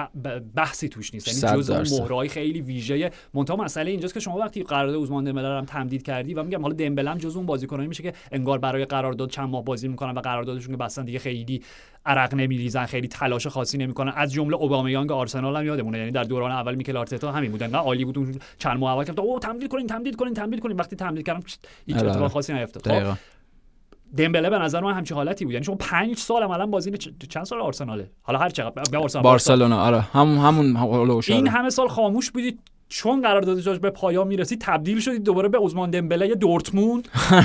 بحثی توش نیست، یعنی جزء مهرهای خیلی ویژه. منتها مسئله اینجاست که شما وقتی قرارداد عثمان دمبله رو هم تمدید کردی و میگم حالا دمبله هم جزء اون بازیکنایی میشه که انگار برای قرارداد چند ماه بازی میکنن و قراردادشون که بسن دیگه خیلی عرق نمیریزن، خیلی تلاش خاصی نمیکنن، از جمله اوبامیانگ آرسنال هم یادمونه، یعنی در دوران اول میکل آرتتا همین بود، انقدر عالی بود اون چند ماه اول که تمدید کنین وقتی تمدید کردم هیچ اتفاق خاصی نیفتاد. دمبله به نظر من همچین حالتی بود، یعنی شما 5 سال عملاً بازی چند سال آرسناله، حالا هر چقدر به بارسلونا آره همون این همه سال خاموش بودید، چون قراردادش به پایان میرسید تبدیل شدید دوباره به عثمان دمبله دورتموند.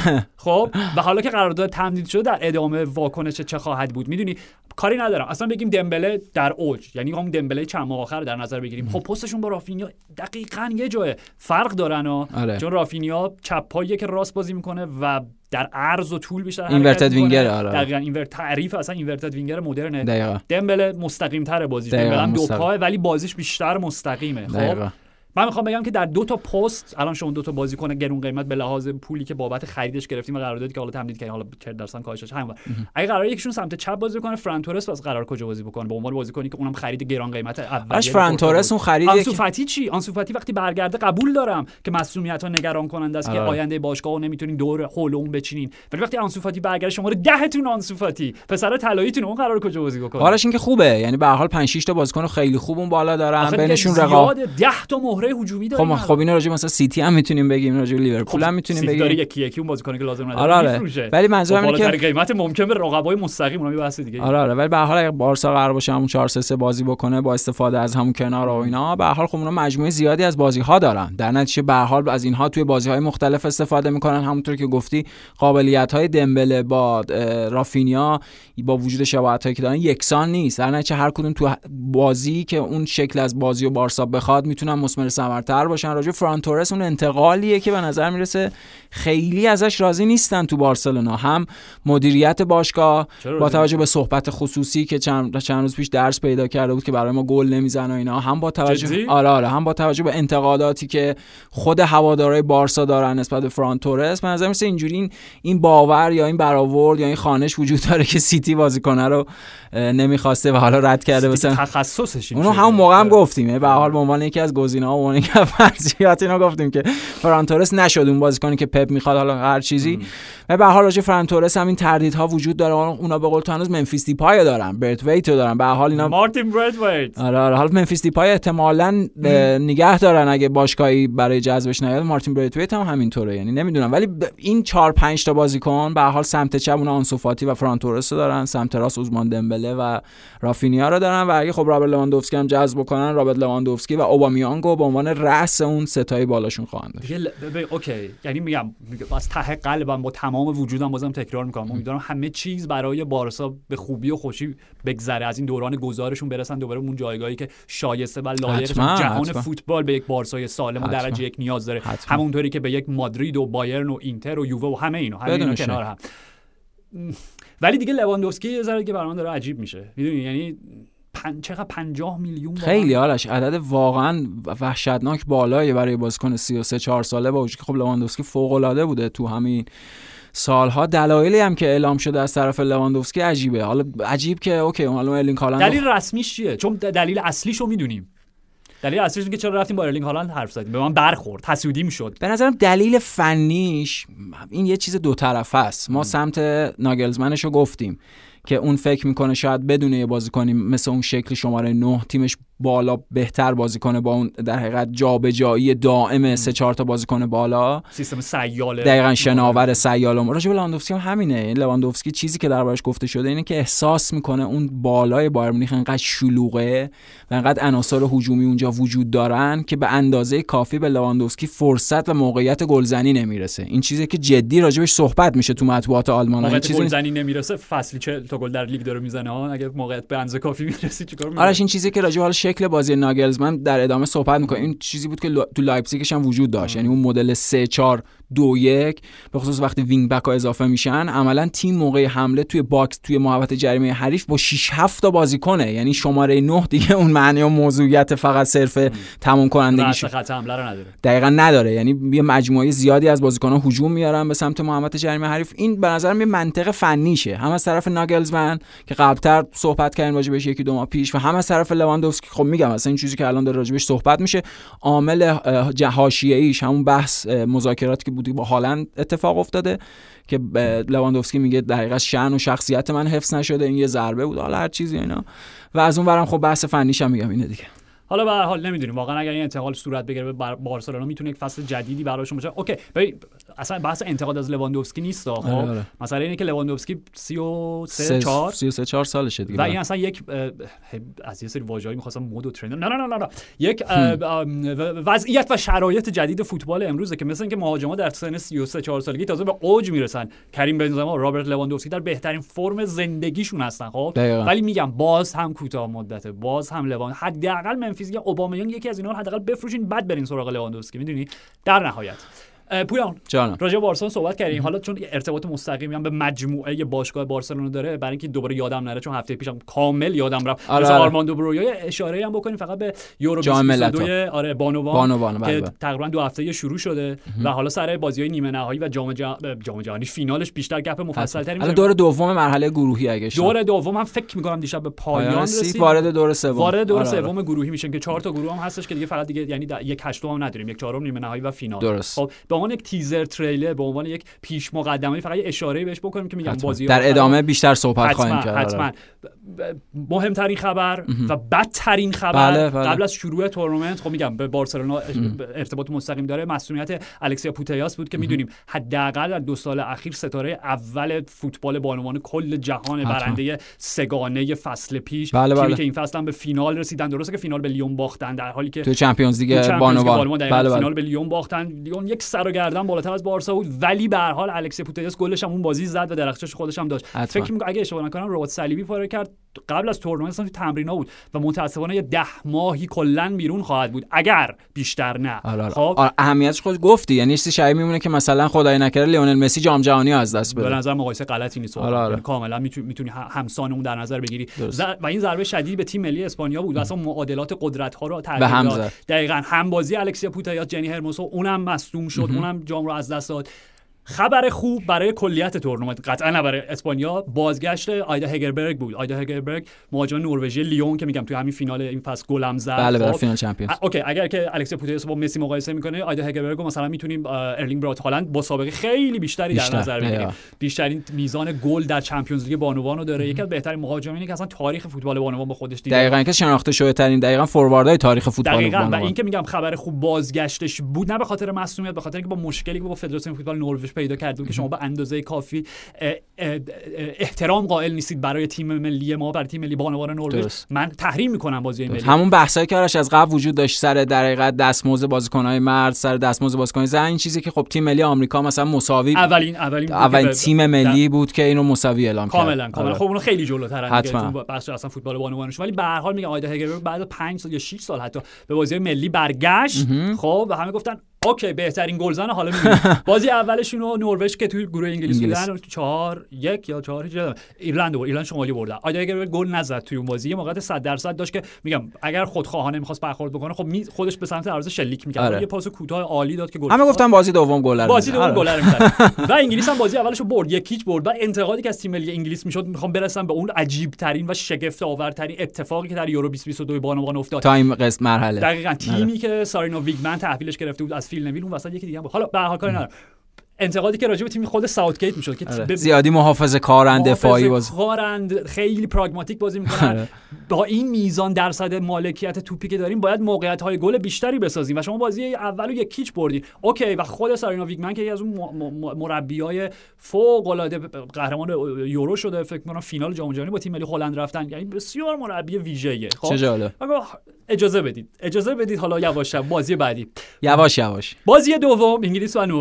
خب و حالا که قرارداد تمدید شده در ادامه واکنش چه خواهد بود میدونی؟ کاری ندارم اصلا بگیم دمبله در اوج، یعنی همون دمبله چند ماه آخر در نظر بگیریم. خب پستشون با رافینیا دقیقاً یه جای فرق دارن آره. چون رافینیا چپ پاییه که راست بازی میکنه و در عرض و طول بیشتر اینورتد وینگر. آره دقیقاً تعریف اصلا اینورتد وینگر مدرنه. دمبله مستقیم تره بازیش، دمبله هم دو پای ولی بازیش بیشتر مستقیمه. خب من میخوام بگم که در 2 تا پست الان شما 2 تا بازیکن گرون قیمت به لحاظ پولی که بابت خریدش گرفتیم و قراردادی که حالا تمدید کردیم، حالا 40% کاهشش همین. اگه قراره یکیشون سمت چپ بازی کنه، فران تورس بس قرار کجا بازی بکنه به عنوان بازیکنی که اونم خرید گران قیمت اولیه. فران تورس اون خرید. آنسو فاتی چی؟ آنسو فاتی وقتی برگرده قبول دارم که مسئولیت‌ها نگران کننده است که آینده باشگاهو نمیتونین دور حول اون بچینین، ولی وقتی آنسو فاتی برگرده شما رو 10 تون آنسو فاتی پسر طلاییتون اون قرار کجا بازی بکنه؟ حالش این که خوبه، یعنی به هر حال 5 6 تا بازیکن خیلی خوب اون بالا دارن، بینشون رقابت 10 تا مهره هجومی دارن. خب اینا راجع مثلا سیتی هم میتونیم بگیم، راجع لیورپول هم میتونیم بگیم. داره یکی یکی اون بازیکنی که لازم نداره میفروشه. ولی منظورم اینه که قیمت ممکن به رقبای مستقیم اونم بحث دیگه. آره ولی به هر حال اگه بارسا قرار باشه همون 4-3-3 بازی بکنه با استفاده از همون کنار و اینا، به هر حال خب اونا مجموعه زیادی از بازی‌ها دارن، در نتیجه به هر حال از اینها توی بازی‌های مختلف استفاده میکنن. همونطور که گفتی قابلیت‌های دمبله با رافینیا با وجود شباهتایی که دارن یکسان نیست، در نتیجه هر کدوم تو بازی که اون شکل از بازی و بارسا بخواد میتونن مثمر ثمرتر باشن. راجع فران تورس اون انتقالیه که به نظر میرسه خیلی ازش راضی نیستن تو بارسلونا، هم مدیریت باشگاه با توجه به صحبت خصوصی که چند روز پیش درس پیدا کرده بود که برای ما گل نمیزنه و اینا، هم با توجه هم با توجه به انتقاداتی که خود هوادارهای بارسا دارن نسبت به فران تورس. به نظر میرسه اینجوری این باور یا این برآورد یا این خوانش وجود داره که سیتی بازیکن رو نمیخواسته و حالا رد کرده. مثلا تخصصش اونو همون موقع هم گفتیم به هر حال به عنوان یکی از گزینه‌ها و عنوان یکی از فرضیات اینا گفتیم که فران تورس نشد اون بازیکنی که پپ میخواد، حالا هر چیزی. و به هر حال راجع فران تورس هم این تردیدها وجود داره. اونا به قول تو هنوز منفیس دیپای دارن، برت ویتو دارن، به هر حال اینا مارتین برت ویت. آره حالا منفیس دیپای احتمالاً نگه دارن اگه باشگاهی برای جذبش نیاد. مارتین برت ویت هم همینطوره، یعنی نمیدونم، ولی این 4-5 تا بازیکن به هر حال سمت چپ اون آنسو فاتی و فران تورس رو دارن، سمت راست اوزمان دمبله و رافینیا رو دارن، و اگه خب رابرت لواندوفسکی هم جذب کنن، رابرت لواندوفسکی و اوبامیانگو به عنوان رأس اون ستای بالاشون خواهند داشت. اوکی، یعنی میگم از ته قلبم با تمام وجودم بازم تکرار میکنم امیدوارم همه چیز برای بارسا به خوبی و خوشی بگذره، از این دوران گذارشون برسن دوباره اون جایگاهی که شایسته و لایق جهان فوتبال به یک بارسای سالم و درجه یک نیاز داره، همونطوری که به یک مادرید و بایرن و اینتر و یووه و همه اینا کنار هم. ولی دیگه لواندوفسکی یه ذره که برام داره عجیب میشه، میدونی، یعنی چقدر 50 میلیون خیلی حالش عدد واقعا وحشتناک بالاییه برای بازیکن 33-4 ساله، با وجودی که خب لواندوفسکی فوق العاده بوده تو همین سالها. دلایلی هم که اعلام شده از طرف لواندوفسکی عجیبه. حالا عجیب که اوکی حالا ارلینگ هالند دلیل رسمیش چیه؟ چون دلیل اصلیشو میدونیم. دلیل اصلیش اینه که چرا رفتیم با ارلینگ هالند حرف زدیم، به من برخورد، حسودی میشد. به نظرم دلیل فنیش این یه چیز دو طرفه است. ما سمت ناگلزمنشو گفتیم که اون فکر میکنه شاید بدون یه بازیکنی مثل اون شکل شماره 9 تیمش بالا بهتر بازی کنه با اون در حقیقت جابجایی دائم 3-4 تا بازیکن بالا، سیستم سیاله، دقیقاً شناور سیال. راجع به لواندوفسکی هم همینه. این لواندوفسکی چیزی که دربارش گفته شده اینه که احساس میکنه اون بالای بایر مونیخ انقدر شلوغه و انقدر عناصر هجومی اونجا وجود دارن که به اندازه کافی به لواندوفسکی فرصت و موقعیت گلزنی نمیرسه. این چیزی که جدی راجبش صحبت میشه تو مطبوعات آلمان. این چیزی گلزنی نمیرسه، فصلی 40 تا گل در لیگ داره میزنه ها، اگه موقعیت به اندازه کافی میرسه چیکار میکنه؟ آره این چیزی که راجع به شکل بازی ناگلزمن در ادامه صحبت میکنه. این چیزی بود که تو لایپزیگش هم وجود داشت، یعنی اون مدل 3-4-2-1 به خصوص وقتی وینگ بک ها اضافه میشن، عملا تیم موقع حمله توی باکس توی محوطه جریمه حریف با 6-7 تا بازیکنه، یعنی شماره 9 دیگه اون معنی و موضوعیت فقط صرف تموم کنندگیش خط حمله رو نداره، دقیقاً نداره، یعنی یه مجموعه زیادی از بازیکن‌ها هجوم میارن به سمت محوطه جریمه حریف. این به نظر من منطق فنیشه، هم از طرف ناگلزمن که قبلتر صحبت کردیم راجبش یکی دو ماه پیش، و هم از طرف لواندوفسکی. خب میگم مثلا این چیزی که الان داره راجبش صحبت میشه، عامل حاشیه‌ایش همون بحث مذاکراتی که بودی با هالند اتفاق افتاده که لواندوفسکی میگه در حقیقت شأن و شخصیت من حفظ نشده، این یه ضربه بود، حالا هر چیزی اینا. و از اون برم خب بحث فنیش هم میگم اینه دیگه. حالا به هر حال نمیدونیم واقعا اگر این انتقال صورت بگیره به بارسلونا میتونه یک فصل جدیدی براشون باشه. اوکی اصلا بحث انتقاد از لواندوفسکی نیست. خب مثلا اینه که لواندوفسکی 33-4 سالشه دیگه و این اصلا یک از یه سری واژه‌ای می‌خواستم مد و ترند نه یک وضعیت و شرایط جدید فوتبال امروزه که مثلا اینکه مهاجما در سن 33-4 سالگی تازه به اوج میرسن. کریم بنزما و رابرت لواندوفسکی در بهترین فرم زندگیشون هستن. خب ولی میگم باز هم کوتاه مدته، باز هم لوان حداقل منفیس یا اوبامیانگ یکی از اینا رو حداقل بفروشین بعد برین سراغ لواندوفسکی. میدونی در نهایت پویان راجع به بارسلون صحبت کردیم. حالا چون ارتباط مستقیمی هم به مجموعه باشگاه بارسلونا داره، برای اینکه دوباره یادم نره چون هفته پیشم کامل یادم رفت، مثلا آرماندو برویا اشاره هم بکنیم فقط به یورو 2022 آره بانوان که تقریبا 2 هفته شروع شده و حالا سر بازی‌های نیمه نهایی و جام جهانی فینالش بیشتر گپ مفصل‌تری میشه. دور دوم مرحله گروهی اگه دور دوم هم فکر می‌کنم دیشب به پایان رسید، وارد دور سوم گروهی میشن که 4 تا گروه هم هستش که دیگه فقط دیگه یعنی یک هشتم هم نداریم، یک چهارم نیمه نهایی و فینال. خب به عنوان یک تیزر تریلر، به عنوان یک پیش مقدمه فقط اشاره بهش بکنیم که میگم بازی در ادامه بیشتر صحبت خواهیم کرد. حتما مهمترین خبر و بدترین خبر قبل از شروع تورنمنت، خب میگم به بارسلونا ارتباط مستقیم داره، مسئولیت الکسیا پوتیاس بود که میدونیم حداقل در 2 سال اخیر ستاره اول فوتبال بانوان کل جهان، برنده سگانه فصل پیش، تیمی که این فصل هم به فینال رسیدن. درسته که فینال به لیون باختن، در حالی که تو چمپیونز لیگ بانوان فینال به لیون باختن. لیون یک سر و گردن بالاتر از بارسا بود، ولی به هر حال الکسیا پوتیاس گلش هم اون بازی زد و درخشش خودش هم داشت. فکر می‌کنم اگه اشتباه نکنم رباط صلیبی پاره کرد قبل از تورنمنت، تو تمرینا بود و متأسفانه 10 ماهی کلا بیرون خواهد بود اگر بیشتر نه. خب اهمیتش خود گفتی، یعنی چیزی شایع میمونه که مثلا خدای نکرده لیونل مسی جام جهانی از دست بده. به نظر مقایسه غلطی نیست، یعنی کاملا میتونی همسان اون در نظر بگیری. و این ضربه شدید به تیم ملی اسپانیا بود، اصلا معادلات قدرت‌ها رو تغییر داد. دقیقاً هم بازی الکسیا پوتیاس جنی هرموسو اونم مصدوم شد، اونم جام رو از دست داد. خبر خوب برای کلیت تورنمنت، قطعا نه برای اسپانیا، بازگشت آیدا هگربرگ بود. آیدا هگربرگ مهاجم نروژی لیون که میگم توی همین فینال این فصل گلم زد. بله فینال چمپیونز. اوکی، اگر که الکسیا پوتیاس با مسی مقایسه میکنه، آیدا هگربرگ مثلا میتونیم ارلینگ برات هالند با سابقه خیلی بیشتری در نظر بگیریم. بیشترین میزان گل در چمپیونز لیگ بانوان رو داره، یکی از بهترین مهاجمینی که اصلا تاریخ فوتبال بانوان با خودش دیده. دقیقاً که شناخته شده ترین دقیقاً فورواردهای تاریخ فوتبال بانوان. و این که میگم خبر خوب بازگشتش بود، نه به خاطر معصومیت، به خاطر اینکه با مشکلی که با فدراسیون فوتبال نروژ پیدا کرد بود که شما به اندازه کافی احترام قائل نیستید برای تیم ملی ما، برای تیم ملی بانوان نروژ. من تحریم میکنم بازی ملی. همون بحثایی که از قبل وجود داشت سر در حقیقت دستمزد بازیکن‌های مرد، سر دستمزد بازیکن‌های زن، این چیزی که خب تیم ملی آمریکا مثلا مساوی اولین تیم ملی بود که اینو مساوی اعلام کرد. کاملا خب اونو خیلی جلوترن دیگه تو بحث اصلا فوتبال بانوانش. ولی به هر حال میگم آیدا هگربرگ بعد 5 سال یا 6 سال حتی به بازی ملی برگشت. خب و همه گفتن اوکی بهترین گلزن حالا می‌بینیم. بازی اولشون رو نروژ که توی گروه انگلیس بودن 4-1 یا 4 ایرلند شمالی بردن. آیدا هگربرگ گل نزد توی اون بازی، یه موقعیت 100% داشت که میگم اگر خودخواهانه می‌خواست برخورد بکنه خب خودش به سمت دروازه شلیک می‌کرد. یه پاس کوتاه عالی داد که گل. همه گفتن بازی دوم گل رو می‌زنه. و انگلیس هم بازی اولش رو برد، 1-0 برد. و انتقادی که از تیم ملی انگلیس میشد، می‌خوام برسم به اون عجیب ترین و شگفت آورترین اتفاقی که در یورو 2022 بانوان افتاد. تایم قسم مرحله. دقیقاً تیمی که سارینو ویگمن تحویلش گرفته بود از فیل نویل، اون وسط یکی دیگه بود. حالا به هر حال کاری ندارم. انتقادی که راجع به تیم خود ساوتگیت میشد که زیادی محافظه‌کارانه دفاعی بازی خیلی پراگماتیک بازی میکنن. با این میزان درصد مالکیت توپی که داریم باید موقعیت‌های گل بیشتری بسازیم و شما بازی اولو 1-0 بردین. اوکی، و خود سارینو ویگمن که از اون مربیای فوق‌العاده قهرمان یورو شده، فکر کنم فینال جام جهانی با تیم ملی هلند رفتن، یعنی بسیار مربی ویژه‌ایه. خب چه جالب. اجازه بدید حالا یواش بازی بعدی یواش بازی دوم انگلیس و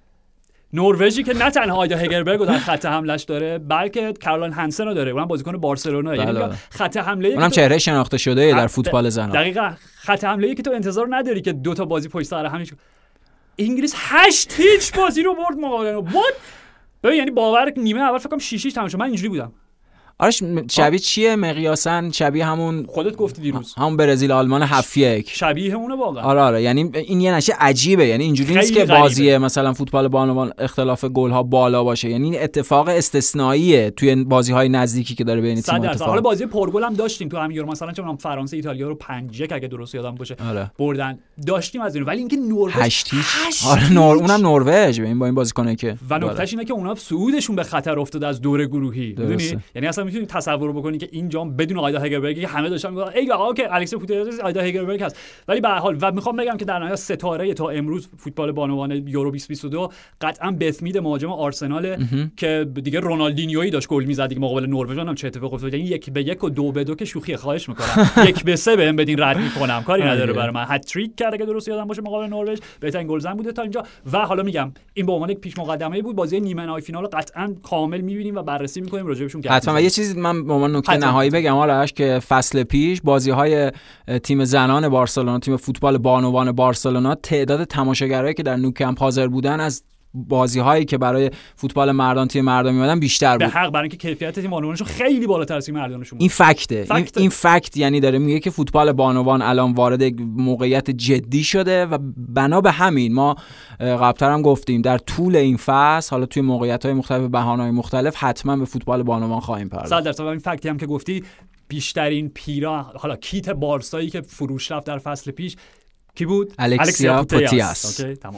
نروژی که نه تنها آیدا هگربرگ رو در خط حملهش داره بلکه کارولین هانسن رو داره، اونم بازیکن بارسلونا. یعنی خط حمله اونم چهره شناخته شده در فوتبال زنان. دقیقاً خط حمله‌ای که تو انتظار نداری که 2 تا بازی پشت سر هم. انگلیس 8-0 بازی رو برد مقابل ببین، یعنی باور نیمه اول فکر کنم 6-6 تمام شد. من اینجوری بودم. آرش شبیه چیه مقیاساً؟ شبیه همون خودت گفتی دیروز، همون برزیل آلمان 7-1 شبیه اونه واقعا. آره یعنی این یه نشه عجیبه، یعنی اینجوری نیست که بازی مثلا فوتبال بانوان اختلاف گل ها بالا باشه، یعنی این اتفاق استثنائیه توی بازی های نزدیکی که داره بین تیم‌ها اتفاق. حالا بازی پرگل هم داشتیم تو همین یورو، مثلا چون فرانسه ایتالیا رو 5-1 اگه درست یادم باشه بردن داشتیم از این. ولی اینکه نروژ 8-0 اونم نروژ ببین با این بازیکنه که و نکتهش اینه که اونا صعودشون به خطر افتاد از دور گروهی. میدونی یعنی اصلا میتونید تصور بکنید که این جام بدون آیدا هگربرگ که همه داشتن میگفتن ای آقا که الکسیا پوتیاس آیدا هگربرگ هست. ولی به هر حال و میخوام بگم که در نهایت ستاره تا امروز فوتبال بانوان یورو 2022 قطعا بثمید مهاجم آرسنال که دیگه رونالدینیویی داشت گل میزد دیگه مقابل نروژ. هم چه اتفاقی افتاد؟ یعنی 1-1 و 2-2 که شوخی خواهش میکنم 1-3 بهم بدین رد میکنم، کاری نداره برای من. هتریک کرد که درست یادم باشه مقابل نروژ، بهترین گلزن بوده تا اینجا. و حالا میگم این به عنوان یک پیش مقدمه بود. بازی نیمه نهایی فینال قطعا کامل میبینیم و بررسی میکنیم راجع بهشون. حتما. و یه چیزی من به عنوان نکته نهایی بگم آرش که فصل پیش بازی‌های تیم زنان بارسلونا، تیم فوتبال بانوان بارسلونا، تعداد تماشاگرایی که در نو کمپ حاضر بودن از بازی‌هایی که برای فوتبال مردان تیم مردان می‌اومدن بیشتر بود. به حق، برای اینکه کیفیت تیم بانوانشون خیلی بالاتر از تیم مردانشون بود. این فکته. این فکت یعنی داره میگه که فوتبال بانوان الان وارد موقعیت جدی شده و بنا به همین ما قبل‌تر هم گفتیم در طول این فصل حالا توی موقعیت‌های مختلف، بهانه‌های مختلف حتما به فوتبال بانوان خواهیم پرداخت. 100% این فکتی هم که گفتی، بیشترین پیرا حالا کیت بارسایی که فروش رفت در فصل پیش کی بود؟ الکسیا پوتیاس. اوکی تمام.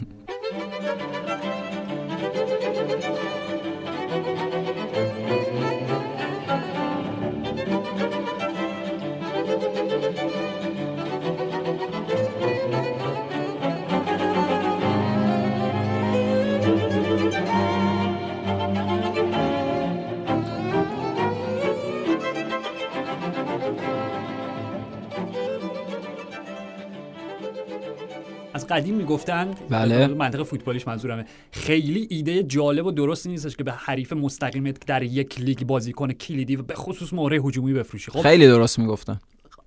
از قدیم میگفتن، بله، منطق فوتبالیش منظورمه، خیلی ایده جالب و درستی نیستش که به حریف مستقیمت در یک لیگ بازیکن کلیدی و به خصوص مهره هجومی بفروشی. خب خیلی درست میگفتن.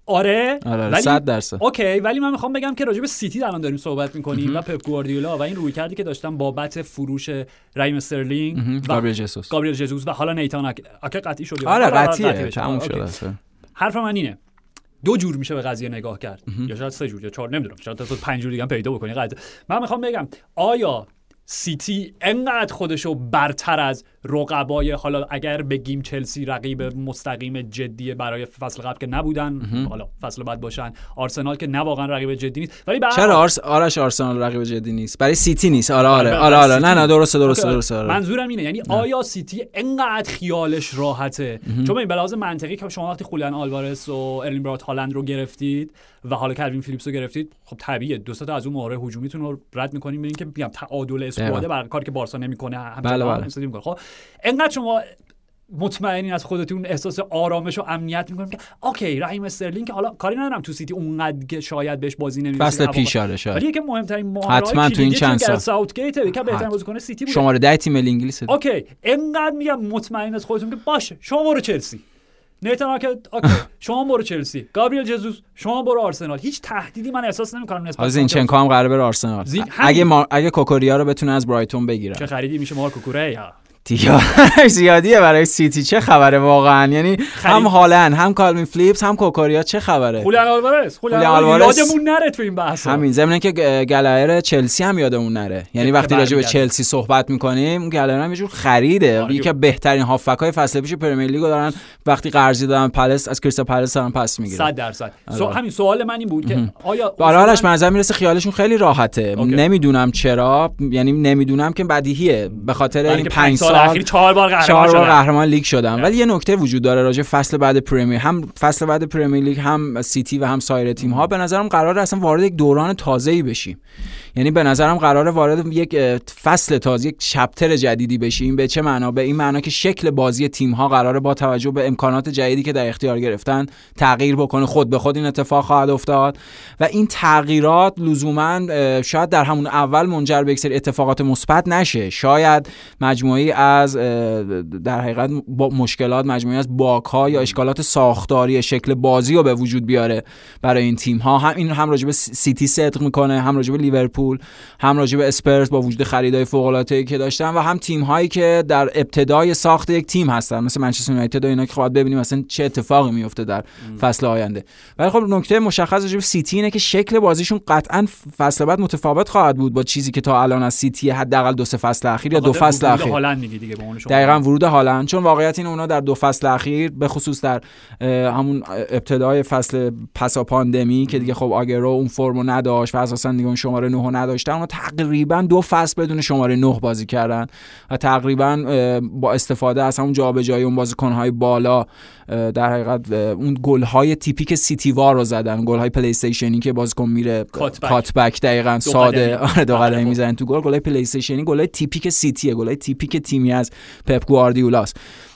آره 100%. اوکی، ولی من میخوام بگم که راجع به سیتی الان داریم صحبت میکنیم و پپ گواردیولا و این رویکردی که داشتن بابت فروش رایم استرلینگ و گابریل ژزوس و حالا نیتان آکه قطعی شد. آره قطعیه، تموم شده. حرف من اینه، دو جور میشه به قضیه نگاه کرد، یا شاید سه جور یا چهار، نمیدونم، شاید تا 5 جور دیگه هم پیدا بکنی. من میخوام بگم آیا سیتی انقدر خودشو برتر از رقبای، حالا اگر بگیم چلسی رقیب مستقیم جدیه برای فصل قبل که نبودن، حالا فصل بعد باشن، آرسنال که نه واقعا رقیب جدی نیست، ولی چرا آرسنال رقیب جدی نیست؟ برای سیتی نیست. آره نه درسته. منظورم اینه، یعنی آیا سیتی انقدر خیالش راحته؟ چون به لحاظ منطقی که شما وقتی خولیان آلوارز و ارلینگ براوت هالند رو گرفتید و حالا کلوین فیلیپس رو گرفتید، خب طبیعیه دو تا از اون مهره هجومیتون رو رد می‌کنین، می‌بینین که میگم تعادل اسکواد برای کاری که بارسا نمی‌کنه همچنان می‌کنه. خب انقدر شما مطمئنین از خودتون، احساس آرامش و امنیت می‌کنید که اوکی رایم استرلینگ که حالا کاری ندارم تو سیتی اونقدر که شاید بهش بازی نمی‌رسه فصل پیش شاید، ولی یکی مهمترین مهارت حتما تو این چند سال ساوتگیت که بهترین بازیکن سیتی بود، شماره 10 تیم ملی انگلیس. اوکی انقدر میگم مطمئن از خودتون که باشه شما برو چلسی، نیتان آکه اوکی شما برو چلسی، گابریل ژزوس شما برو آرسنال، هیچ تهدیدی من احساس نمی‌کنم نسبت به زینچنکو هم قراره بره آرسنال. اگه کوکوریا رو بتونه از برایتون بگیره، چه خریدی میشه مارکو کوکوریا دیگه زیادیه برای سیتی. چه خبره واقعا؟ یعنی هم هالند، هم کالوین فلیپس، هم کوکوریا، چه خبره؟ خولیان آلوارز یادمون نره تو این بحث. همین ضمن که گلایر چلسی هم یادمون نره، یعنی وقتی راجع به چلسی صحبت می‌کنیم اون گلایر هم یه جور خریده، یکی از بهترین هافبک‌های فصل پیش پرمیر لیگو دارن، وقتی قرضی دادن پالاس از کریستال پالاس دارن پس میگیرن. 100%. همین سوال من این بود که آیا آرش منظر میرسه خیالشون خیلی راحته. نمیدونم چرا، یعنی نمیدونم که بدیهیه به خاطر این 5 سال اخیر 4 بار قهرمان لیگ شدن. ولی یه نکته وجود داره راجع فصل بعد پرمیر، هم فصل بعد پرمیر لیگ، هم سیتی و هم سایر تیم ها به نظرم قراره اصلا وارد یک دوران تازه‌ای بشیم. یعنی به نظرم قراره وارد یک فصل تازه، یک چپتر جدیدی بشیم. به چه معنا؟ به این معنا که شکل بازی تیم ها قراره با توجه به امکانات جدیدی که در اختیار گرفتن تغییر بکنه. خود به خود این اتفاق خواهد افتاد و این تغییرات لزوما شاید در همون اول منجر به یک سری اتفاقات مثبت نشه. شاید مجموعه‌ای از در حقیقت با مشکلات، مجموعه‌ای از باگ‌ها یا اشکالات ساختاری شکل بازی رو به وجود بیاره برای این تیم‌ها. هم راجع به سیتی صدق میکنه، هم راجع به لیورپول، هم راجع به اسپرز با وجود خریدای فوق‌العاده‌ای که داشتن و هم تیم‌هایی که در ابتدای ساخت یک تیم هستن مثل منچستر یونایتد و اینا که باید ببینیم مثلا چه اتفاقی میفته در فصل آینده. ولی خب نکته مشخص راجع به سیتی اینه که شکل بازیشون قطعاً فصل بعد متفاوت خواهد بود با چیزی که تا الان از سیتی حداقل 2 فصل اخیر یا 2 فصل اخیر. هالند میگی دیگه به اون شما. دقیقاً ورود هالند، چون واقعیت اینه اونا در 2 فصل اخیر به خصوص در همون ابتدای فصل پسا پاندمی که دیگه خب آگرو اون فرمو نداشت و اساساً دیگه اون شماره 9 نداشتن، اونا تقریباً 2 فصل بدون شماره 9 بازی کردن و تقریباً با استفاده از همون جابجایی اون بازیکن‌های بالا در حقیقت اون گل‌های تیپیک سیتی وار رو زدن، گل‌های پلی استیشنی که بازیکن میره کات بک دقیقاً ساده دو قدمی میزنن تو گل. گل‌های پلی استیشنی گل‌های تیپیک سیتیه، گل‌های تیپیک تیمی از پپ گواردیولاست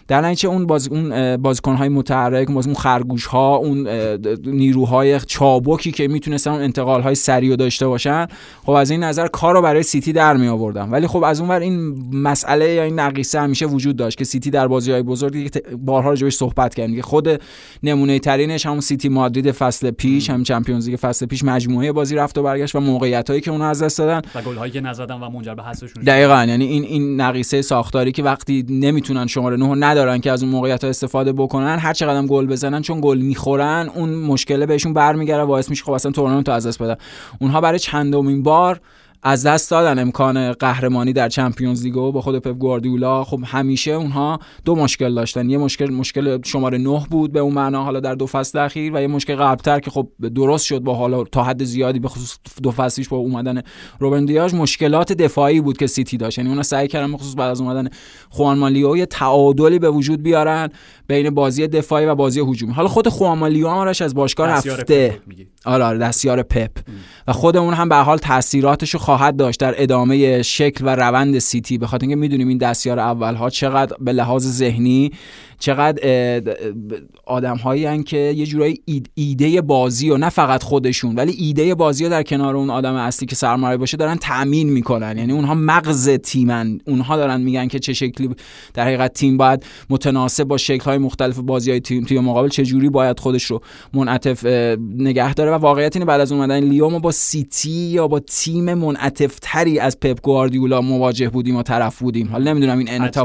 در نتیجه اون بازیکن‌های متحرک، اون خرگوش‌ها، اون نیروهای چابکی که میتونستن اون انتقال‌های سریع داشته باشن، خب از این نظر کارو برای سیتی در می آوردن. ولی خب از اونور این مسئله یا این نقیصه همیشه وجود داشت که سیتی در بازی‌های بزرگی بارها راجعش صحبت کردیم که خود نمونه ترینش همون سیتی مادرید فصل پیش، هم چمپیونز لیگ فصل پیش، مجموعه بازی رفت و برگشت و موقعیتایی که اونها از دست دادن و گل‌هایی که نزدن و منجر به حذفشون. دقیقاً، یعنی این نقیصه ساختاری که وقتی نمیتونن شماره 9 ندارن که از اون موقعیت‌ها استفاده بکنن، هر چقدر گل بزنن چون گل میخورن اون مشکل بهشون برمیگره و باعث میشه خب اصلا تورنمنت از دست بدن. اونها برای چندمین بار از دست دادن امکان قهرمانی در چمپیونز لیگ با خود پپ گواردیولا. خب همیشه اونها دو مشکل داشتن، یه مشکل شماره 9 بود به اون معنا حالا در 2 فصل اخیر، و یه مشکل قبل‌تر که خب درست شد با حالا تا حد زیادی به خصوص 2 فصل پیش با اومدن روبن دیاش، مشکلات دفاعی بود که سیتی داشت. یعنی اونا سعی کردن به خصوص بعد از اومدن خوان مالیو یه تعادلی به وجود بیارن بین بازی دفاعی و بازی هجومی. حالا خود خوان مالیو هم آرش از باشگاه رفته، آره دستیار پپ، و خود اون هم به حال تاثیراتشو خواهد داشت در ادامه شکل و روند سیتی، به خاطر اینکه میدونیم این دستیار اولها چقدر به لحاظ ذهنی چقدر آدم‌هایی هستن که یه جورایی ایده بازی و نه فقط خودشون ولی ایده بازی رو در کنار اون آدم اصلی که سرمربی باشه دارن تأمین میکنن. یعنی اونها مغز تیمن، اونها دارن میگن که چه شکلی در حقیقت تیم باید متناسب با شکل‌های مختلف بازی‌های تیم مقابل چه جوری باید خودش رو منعطف نگه داره. و واقعیت اینه بعد از اومدن لیو ما با سیتی یا با تیم منعطف تری از پپ گواردیولا مواجه بودیم و طرف بودیم. حالا نمیدونم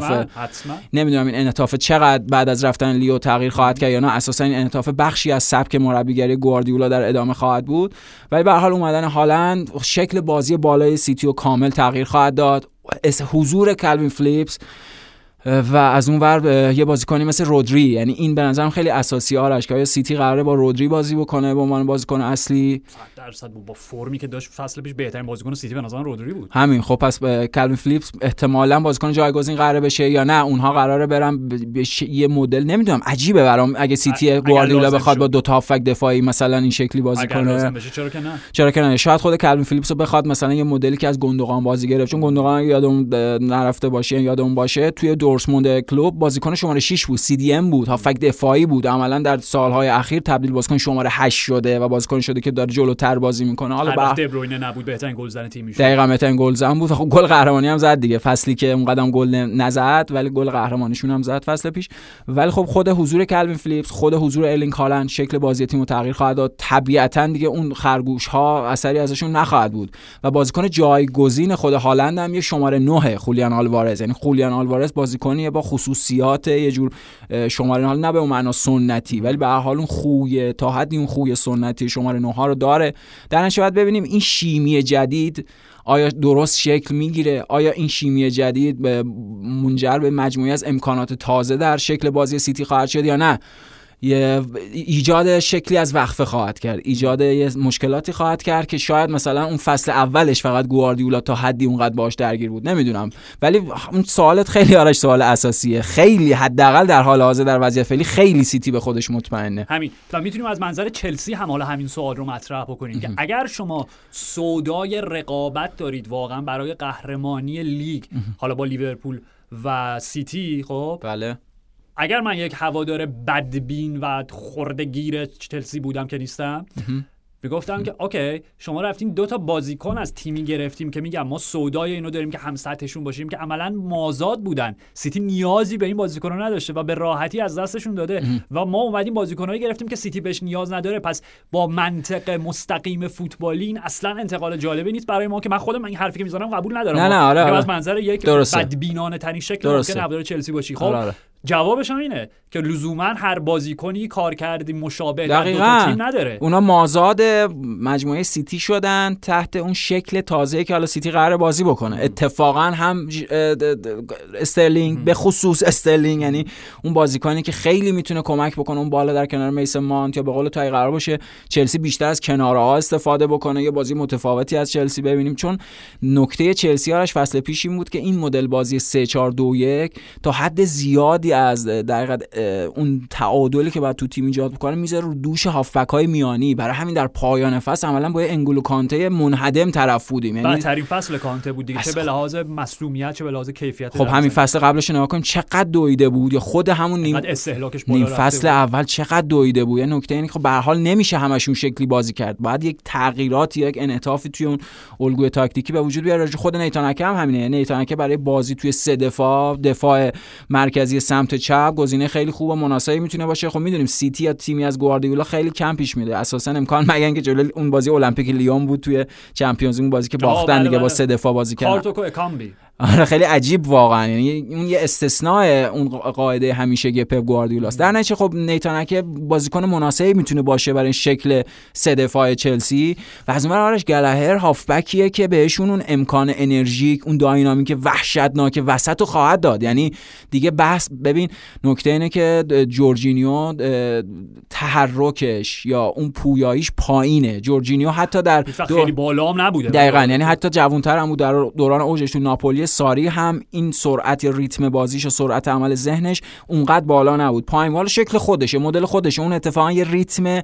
این انعطاف چقدر بعد از رفتن لیو تغییر خواهد کرد یا نه، اساسا این انعطاف بخشی از سبک مربیگری گواردیولا در ادامه خواهد بود. ولی به هر حال اومدن هالند شکل بازی بالای سیتی رو کامل تغییر خواهد داد. حضور کالوین فلیپس و از اون ور یه بازیکنی مثل رودری، یعنی این به نظرم خیلی اساسی آرش که آیا سیتی قراره با رودری بازی بکنه به عنوان بازیکن اصلی؟ 100% با فرمی که داشت فصل پیش بهترین بازیکن سیتی به نظرم رودری بود. همین. خب پس کالوین فلیپس احتمالاً بازیکن جایگزین قراره بشه یا نه اونها قراره برن یه مدل، نمیدونم، عجیبه برام اگه سیتی گواردیولا بخواد با 2 تا هافک دفاعی مثلا این شکلی بازی کنه. چرا که نه؟ شاید خود کالوین فلیپس رو بخواد مثلا یه مدلی که از گوندوغان بازی گرفت، چون گوندوغان یادمون نرفته باشه، یادمون باشه توی دورتموند کلوب بازیکن شماره 6 بود، CDM بود، هافک دفاعی بود. عملا در سالهای اخیر تبدیل بازیکن شماره 8 شده و بازیکن شده که داره جلوتر بازی میکنه. حالا دبروینه نبود بهترین گلزن تیم میشد. دقیقاً بهترین گلزن بود. خب گل قهرمانی هم زد دیگه، فصلی که اون قدم گل نزد ولی گل قهرمانیشون هم زد فصل پیش. ولی خب خود حضور کالوین فلیپس، خود حضور ارلینگ هالند شکل بازی تیمو تغییر خواهد داد. طبیعتاً دیگه اون خرگوش ها اثری ازشون نخواهد بود و بازیکن جایگزین خود هالند هم یه شماره 9 خولیان آلوارز. یعنی خولیان آلوارز بازیکنیه با خصوصیات یه جور شماره 9 نه به اون معنا سنتی ولی به هر حال اون خوی تا حدی اون خوی سنتی شماره 9 ها رو داره. در نتیجه باید ببینیم این شیمی جدید آیا درست شکل میگیره، آیا این شیمی جدید منجر به مجموعی از امکانات تازه در شکل بازی سیتی خواهد شد یا نه ایجاد شکلی از وقفه خواهد کرد، ایجاد مشکلاتی خواهد کرد که شاید مثلا اون فصل اولش فقط گواردیولا تا حدی اونقدر باش درگیر بود، نمیدونم. ولی اون سوالت خیلی آرش سوال اساسیه، خیلی حداقل در حال حاضر در وضعیت فعلی خیلی سیتی به خودش مطمئنه. همین و میتونیم از منظر چلسی هم حالا همین سوال رو مطرح بکنیم که اگر شما سودای رقابت دارید واقعا برای قهرمانی لیگ حالا با لیورپول و سیتی، خب بله، اگر من یک هوادار بدبین و خردگیر چلسی بودم که نیستم، میگفتم که اوکی شما رفتین 2 تا بازیکن از تیمی گرفتیم که میگم ما سودای اینو داریم که هم سطحشون باشیم که عملاً مازاد بودن، سیتی نیازی به این بازیکن‌ها نداشته و به راحتی از دستشون داده و ما اومدیم بازیکنایی گرفتیم که سیتی بهش نیاز نداره. پس با منطق مستقیم فوتبالی این اصلا انتقال جالبی نیست برای ما که من خودم این حرفی که میزنم قبول ندارم. نه آره. از منظر یک بدبینانه ترین شکل ممکن هوادار چلسی باشی. خب جوابش هم اینه که لزوما هر بازیکنی کار کردی مشابه در 2 تا تیم نداره. اونا مازاد مجموعه سیتی شدن تحت اون شکل تازه‌ای که حالا سیتی قراره بازی بکنه. اتفاقا هم استرلینگ به خصوص استرلینگ، یعنی اون بازیکنی که خیلی میتونه کمک بکنه اون بالا در کنار میسن مانت یا به قول تو قرار باشه چلسی بیشتر از کناره‌ها استفاده بکنه یا بازی متفاوتی از چلسی ببینیم. چون نکته چلسی هاش فصل پیش این بود که این مدل بازی 3-4-2-1 تا حد زیادی از در حقیقت اون تعادلی که بعد تو تیم ایجاد میکنه میذاره رو دوش هافبک‌های میانی. برای همین در پایان فصل عملاً با انگولو کانته منهدم طرف بودیم، یعنی بدترین فصل کانته بود دیگه، چه به لحاظ مصدومیت چه به لحاظ کیفیت. خب همین فصل قبلش نگاه کن چقدر دویده بود، یا خود همون نیم فصل اول چقدر دویده بود. یه نکته اینه خب به هر حال نمیشه همشون شکلی بازی کرد، باید یک تغییراتی، یک انعطافی توی اون الگوی تاکتیکی به وجود بیاره. خود نیتانکه هم همینه، نیتانکه برای بازی توی سه دفاع مرکزی سمت چپ گزینه خیلی خوب و مناسبی میتونه باشه. خب میدونیم سیتی یا تیمی از گواردیولا خیلی کم پیش میده، اساسا امکان مگن که جلوی اون بازی المپیک لیون بود توی چمپیونز لیگ، بازی که باختن دیگه با سه دفاع بازی کردن. کارتوکو اکامبی آره خیلی عجیب واقعا، یعنی اون یه استثناء اون قاعده همیشگی پپ گواردیولاست. در نتیجه خب نیتانکه بازیکن مناسبی میتونه باشه برای شکل سه دفاع چلسی و از اونور آرش گلهر هافبکیه که بهشون اون امکان انرژیک، اون داینامیک وحشتناک وسطو خواهد داد. یعنی دیگه بحث ببین نکته اینه که جورجینیو تحرکش یا اون پویاییش پایینه. جورجینیو حتی در خیلی بالا هم نبوده دقیقاً، یعنی حتی جوان‌تر هم بود در دوران اوجش تو ناپولی. ساری هم این سرعت یا ریتم بازیش و سرعت عمل ذهنش اونقدر بالا نبود. پایینوال شکل خودشه، مدل خودشه، اون اتفاقا یه ریتم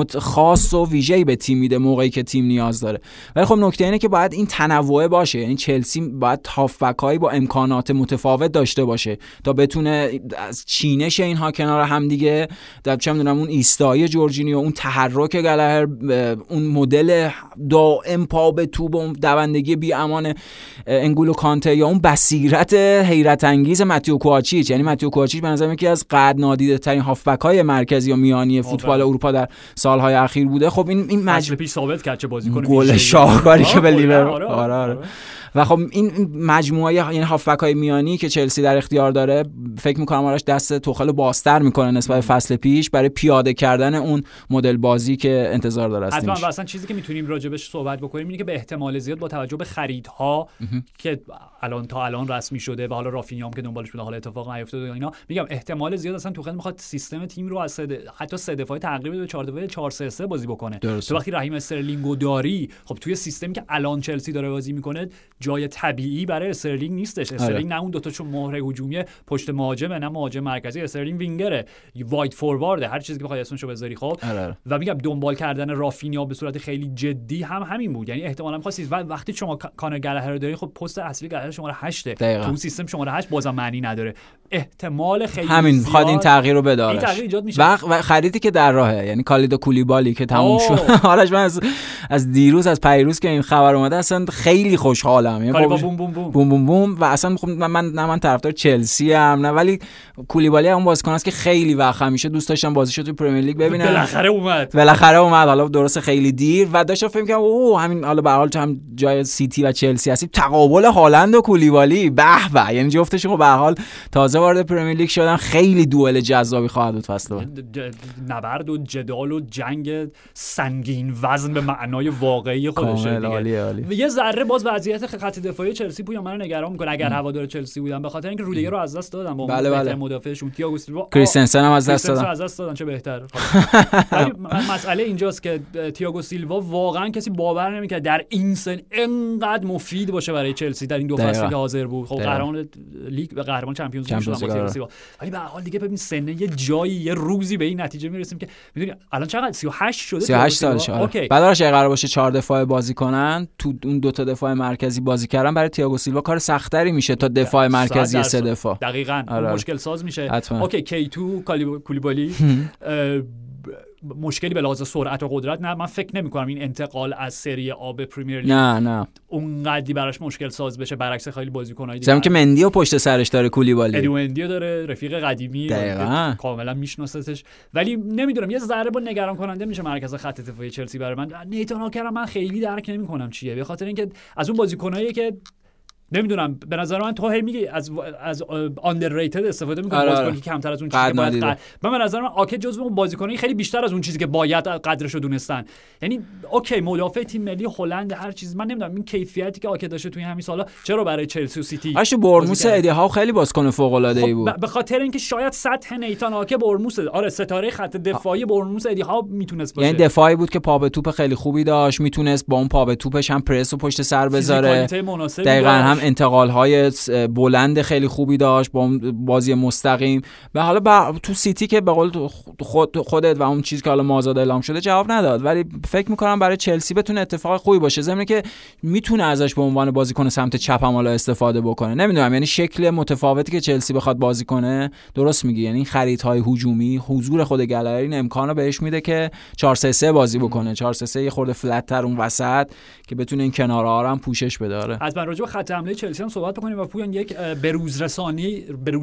خاص و ویژه‌ای به تیم میده موقعی که تیم نیاز داره. ولی خب نکته اینه که باید این تنوع باشه، یعنی چلسی باید هافبک‌هایی با امکانات متفاوت داشته باشه تا بتونه از چینش اینها کنار هم دیگه، چه میدونم اون ایستایی جورجینیو، اون تحرک گلهر، اون مدل دائم پا به توپ، اون دوندگی بی امان انگولو کانته، یا اون بصیرت حیرت انگیز ماتیو کوواچیچ. یعنی ماتیو کوواچیچ به نظر یکی از قد نادیده ترین هافبک‌های مرکزی و میانی فوتبال اروپا در سالهای اخیر بوده. خب این فصل پیش ثابت کرد چه بازیکن گل شاهکاری که به لیورپول. آره. و خب این مجموعه یعنی هافبک‌های میانی که چلسی در اختیار داره، فکر می‌کنم آرش دست توخل بازتر می‌کنه نسبت به فصل پیش برای پیاده کردن اون مدل بازی که انتظار داره از تیمش. حتما. اصلا چیزی که میتونیم راجبش صحبت بکنیم اینه که به احتمال زیاد با توجه به خریدها که الان رسمی شده و حالا رافینیا هم که دنبالش بود، حالا اتفاق نیفتاده و اینا، میگم احتمال زیاد اصلا توخل می‌خواد سیستم تیم رو از حتی سه دفاعی تقریبا به 4 دفاعی 4-3-3 بازی بکنه. تو وقتی رحیم استرلینگو داری، خب توی سیستمی که الان چلسی داره بازی میکنه جای طبیعی برای استرلینگ نیستش. استرلینگ نه اون دو تا چون مهره هجومی پشت مهاجمه، نه مهاجم مرکزی. استرلینگ وینگره، وایت فوروارد، هر چیزی که بخوای اسمشو بذاری. خب و میگم دنبال کردن رافینیا به صورت خیلی جدی هم همین بود، یعنی احتمالاً می‌خواستید وقتی شما کانر گلهر رو داری، خب پست اصلی گلهر شماره 8 تو سیستم شماره 8 بازم معنی نداره. احتمال خیلی همین می‌خواد این تغییر رو بده. این تغییر ایجاد میشه. و خریدی که در راهه، یعنی کالیدو کولیبالی که تموم شد. حالش من از دیروز از پیروز که این خبر اومده اصلا خیلی خوشحالم. یعنی بوم بوم بوم بوم بوم بوم. و اصلا خب من طرفدار چلسی ام نه، ولی کولیبالی هم بازیکن است که خیلی وقت همیشه دوست داشتم بازیشو تو پرمیر لیگ ببینم. بالاخره اومد. حالا درست خیلی دیر و داشتم فکر می‌کردم اوه همین حالا به هر حال هم جای سیتی و چلسی هستیم، تقابل هالند و کولیبالی به به، یعنی جفتشون به هر حال تازه وارد پرمیر لیگ شدن، خیلی دوئل جذابی خواهد بود فصل بعد. نبرد و جدال و جنگ سنگین وزن به معنای واقعی خودشه دیگه. یه ذره باز وضعیت خط دفاعی چلسی پویا منو نگران می‌کنه اگر هوادار چلسی بودم، به خاطر اینکه رودیگر رو از دست دادن با اون مدافعشون تییاگو سیلوا، کریستنسن هم از دست دادن. چه بهتر. ولی مسئله اینجاست که تییاگو سیلوا واقعا کسی باور نمی‌کنه در این سن انقدر مفید باشه برای چلسی در این دو فصلی که حاضر بود. خب قهرمان لیگ و قهرمان چمپیونز لیگ شدن با تییاگو سیلوا، ولی به هر حال دیگه ببین سن یه جایی یه روزی به این نتیجه میرسیم که میدونی الان چقدر 38 شده، 38 سالشه. بعدش اگه قرار باشه 4 دفاع بازی کنن، تو اون دو تا دفاع مرکزی بازی کردن برای تییاگو سیلوا کار سختری میشه تا دفاع مرکزی سه دفاع. دقیقاً مشکل ساز میشه. اوکی کیتو کولیبالی مشکلی به لحاظ سرعت و قدرت نه، من فکر نمی‌کنم این انتقال از سری آ به پرمیر لیگ نه اونقدی براش مشکل ساز بشه، برعکس خیلی بازیکن‌های دیگه. که مندیو پشت سرش داره کولیبالی، ادو مندیو داره، رفیق قدیمی کاملا میشناستش، ولی نمیدونم یه ذره با نگران کننده میشه مرکز خط دفاعی چلسی برای من. نیتان آکر من خیلی درک نمی‌کنم چیه، به خاطر اینکه از اون بازیکنایی که نمیدونم به نظر من تو میگی از underrated استفاده می‌کنی، بازیکنی که کمتر از اون چیزی که باید به نظر من آکه جزو اون بازیکنایی خیلی بیشتر از اون چیزی که باید قدرش رو دونستن. یعنی اوکی مدافع تیم ملی هلند هر چیز، من نمیدونم این کیفیتی که آکه داشته توی همین سالا چرا برای چلسی و سیتی اش برموس ادی ها خیلی بازیکن فوق‌العاده‌ای بود. به خاطر اینکه شاید سطح نیتان آکه برموس ستاره خط دفاعی برموس ادی ها میتونست باشه، یعنی دفاعی بود که پا به توپ خیلی خوبی داشت، میتونست با اون پا به توپش هم پرس و پشت سر بذاره. دقیقاً هم انتقال‌های بلند خیلی خوبی داشت با بازی مستقیم. و حالا تو سیتی که به قول خودت و اون چیزی که حالا مازاد اعلام شده جواب نداد، ولی فکر می‌کنم برای چلسی بتونه اتفاق خوبی باشه، ضمن که میتونه ازش به عنوان بازیکن سمت چپ هم حالا استفاده بکنه. نمیدونم، یعنی شکل متفاوتی که چلسی بخواد بازی کنه، درست میگی، یعنی خریدهای هجومی، حضور خود گالری این امکانو بهش میده که 4-3-3 بازی بکنه، 4-3-3 یه خورده فلت‌تر اون وسط که بتونه این کناره‌ها رو هم پوشش بده. آره حتما راجع به خط حمله چلسی هم صحبت بکنیم و پویان یک بروزرسانی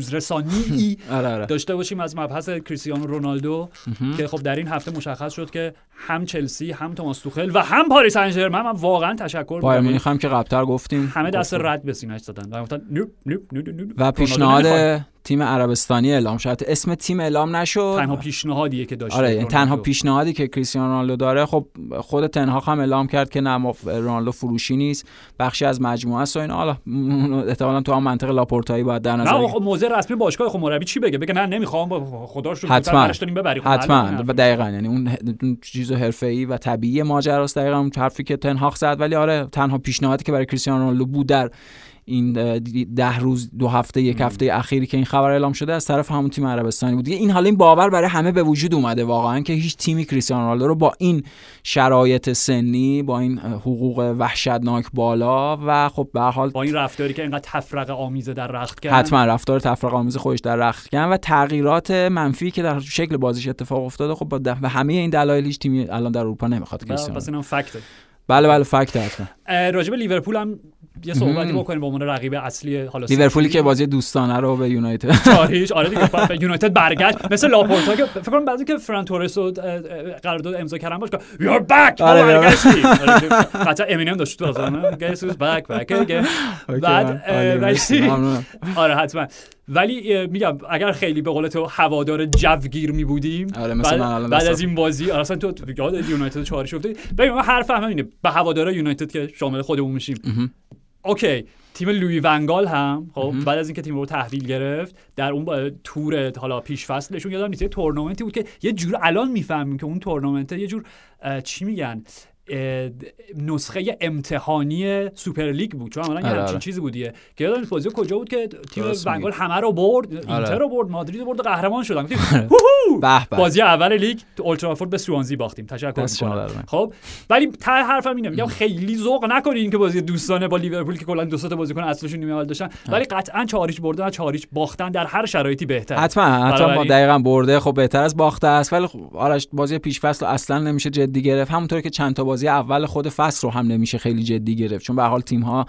داشته باشیم از مبحث کریستیانو رونالدو که خب در این هفته مشخص شد که هم چلسی، هم توماس توخل و هم پاریس سن ژرمن، من واقعا تشکر بایر مونیخ هم که قبل‌تر گفتیم همه دست رد به سینه‌اش زدن و گفتن و پیشنهاد تیم عربستانی اعلام شد. اسم تیم اعلام نشد، تنها پیشنهادیه که داشت. آره تنها پیشنهادی که کریستیانو رونالدو داره. خب خود تنهاخ هم اعلام کرد که نه، رونالدو فروشی نیست، بخشی از مجموعه است و این. حالا احتمالاً تو هم منطقه لاپورتایی باید در نظر نه. خب موضع رسمی باشگاه، خب مربی چی بگه نه نمیخوام، خدا رو حتما ببری. حتما دقیقاً، یعنی اون چیز حرفه‌ای و طبیعی ماجراست، دقیقاً اون حرفی که تنهاخ زد. ولی آره تنها پیشنهادی که برای کریستیانو رونالدو بود در این 10 روز 2 هفته 1 هفته اخیری که این خبر اعلام شده از طرف همون تیم عربستانی بود. این حالا این باور برای همه به وجود اومده واقعا که هیچ تیمی کریستیانو رونالدو رو با این شرایط سنی، با این حقوق وحشتناک بالا و خب به هر حال با این رفتاری که اینقدر تفرقه آمیز در رخت کرد، حتما رفتار تفرقه آمیز خودش در رخت کرد و تغییرات منفی که در شکل بازیش اتفاق افتاده، خب با همه این دلایل هیچ تیمی الان در اروپا نمیخواد کریستیانو. پس اینم فکته. بله فکت حتما. راجب لیورپول هم یه صحبتی بکنیم به عنوان رقیب اصلی حالا لیورپولی که بازی دوستانه رو به یونایتد 4-0 آره دیگه به یونایتد برگشت، مثل لاپورتا که فکر کنم بعضی که فران تورس رو قرارداد امضا کردن باشه یو ار بک برگشتی. قطعا امینم داشت تو اصلا گیس از بک اگین. بعد آره حتما. ولی میگم اگر خیلی به قول تو هوادار جوگیر می بودیم بعد از این بازی اصلا تو یاد یونایتد 4 شفته ببین من حرفم همینه به هوادارای یونایتد که شامل خودمون میشیم. اوکی تیم لوئی ونگال هم خب بعد از اینکه تیم رو تحویل گرفت در اون تور حالا پیش فصلشون یادم نیست تورنمنتی بود که یه جور الان میفهمیم که اون تورنمنت یه جور چی میگن نسخه امتحانی سوپر لیگ بود، چون عملاً یه همچین چیزی بودیه که یادم نیست بازی کجا بود که تیم ونگال همه رو برد، اینتر رو برد، مادرید رو برد و قهرمان شدن. بازی اول لیگ تو اولترافورد به سوانزی باختیم، تشکر می‌کنم. خب ولی ته حرفم اینه، میگم خیلی ذوق نکنین که بازی دوستانه با لیورپول که کلا دو تا بازیکن اصلیشون نیمه اول داشتن، ولی قطعاً 4-0 بردن و 4-0 باختن در هر شرایطی بهتر. حتما دقیقاً برده خب بهتر از باخته است، ولی آرش بازی پیش فصل اصلا نمیشه جدی گرفت، همونطور که چند تا بازی اول خود فصل رو هم نمیشه خیلی جدی گرفت، چون به هر حال تیم‌ها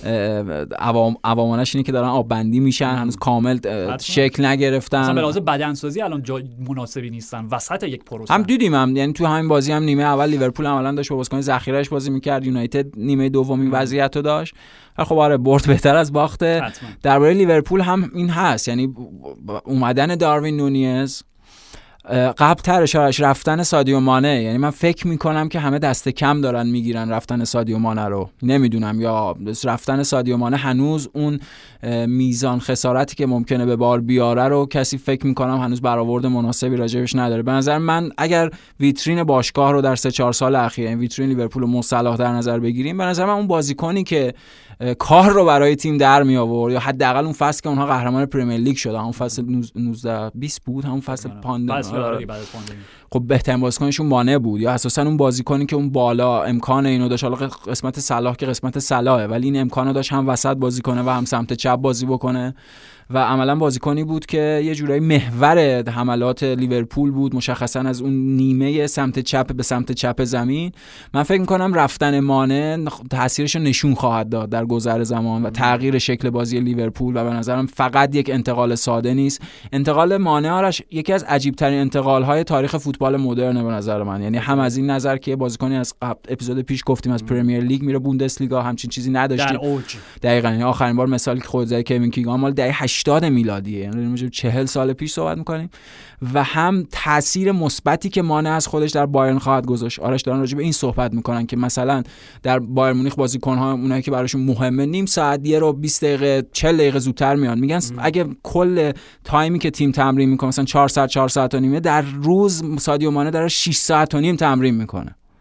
عوامانش اینه که دارن آب بندی میشن، هنوز کامل شکل نگرفتن، مثلا به لحاظ بدنسازی الان جای مناسبی نیستن وسط یک پروسه. هم دیدیم یعنی تو همین بازی هم نیمه اول لیورپول عملاً داشت با بازیکن ذخیره‌اش بازی می‌کرد، یونایتد نیمه دوم این وضعیت رو داشت. خب آره برد بهتر از باخته. درباره لیورپول هم این هست، یعنی اومدن داروین نونیز قبل ترش رفتن سادیو مانه، یعنی من فکر میکنم که همه دست کم دارن میگیرن رفتن سادیو مانه رو، نمیدونم یا رفتن سادیو مانه هنوز اون میزان خسارتی که ممکنه به بار بیاره رو کسی فکر میکنم هنوز برآورد مناسبی راجبش نداره. به نظر من اگر ویترین باشگاه رو در 3-4 سال اخیر، یعنی ویترین لیورپول و مو صلاح در نظر بگیریم، به نظر من اون بازیکنی که کار رو برای تیم در می آورد یا حداقل اون فصل که اونها قهرمان پرمیر لیگ شدن، اون فصل 19-20 بود، همون فصل پاندمی، خب بهترین بازیکنشون مانه بود، یا اساسا اون بازیکنی که اون بالا امکان اینو داشت، حالا قسمت صلاح که قسمت صلاحه ولی این امکانو داشت هم وسط بازی کنه و هم سمت چپ بازی بکنه و عملا بازیکنی بود که یه جورایی محور حملات لیورپول بود، مشخصا از اون نیمه سمت چپ به سمت چپ زمین. من فکر می‌کنم رفتن مانه تاثیرش رو نشون خواهد داد در گذر زمان و تغییر شکل بازی لیورپول و به نظرم فقط یک انتقال ساده نیست. انتقال مانه آرش یکی از عجیب‌ترین انتقال‌های تاریخ فوتبال مدرن به نظر من، یعنی هم از این نظر که بازیکنی از اپیزود پیش گفتیم از پرمیر لیگ میره بوندسلیگا، همچین چیزی نداشتیم در اوج. دقیقاً یعنی آخرین بار مثالی که خود زدی کوین کیگان مال دهه 80 میلادیه، یعنی 40 سال پیش صحبت می‌کنیم، و هم تاثیر مثبتی که مانع از خودش در بایرن خواهد گذاشت. آرش دارن راجع به این صحبت می‌کنن که مثلا در بایر مونیخ بازیکن‌ها اونایی که براشون مهمه نیم ساعت یه رو 20 دقیقه 40 دقیقه زودتر میان، میگن اگه کل تایمی که تیم تمرین می‌کنه مثلا 4 ساعت و نیمه، در روز سادیو مانه داره 6 ساعت و نیم تمرین می‌کنه.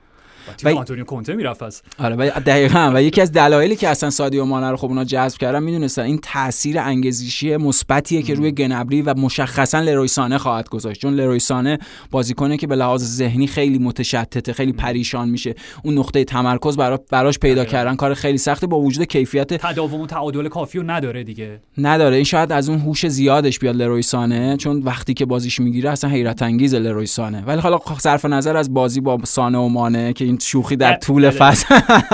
تیم آنتونیو کونته میرفت پس. آره دقیقاً. و یکی از دلایلی که اصلا سادیو مانه رو خب اونا جذب کردن میدونستن این تاثیر انگیزشی مثبتیه که روی گنبری و مشخصا لروی سانه خواهد گذاشت، چون لروی سانه بازیکنه که به لحاظ ذهنی خیلی متشتته، خیلی پریشان میشه، اون نقطه تمرکز براش پیدا کردن کار خیلی سخته، با وجود کیفیت تداوم و تعادل کافی رو نداره دیگه. نداره. این شاید از اون هوش زیادش بیاد لروی سانه، چون وقتی که بازیش میگیره اصلا حیرت انگیز لروی سانه. ولی حالا صرف نظر از بازی با سانه و مانه که این شوخی در طول فصل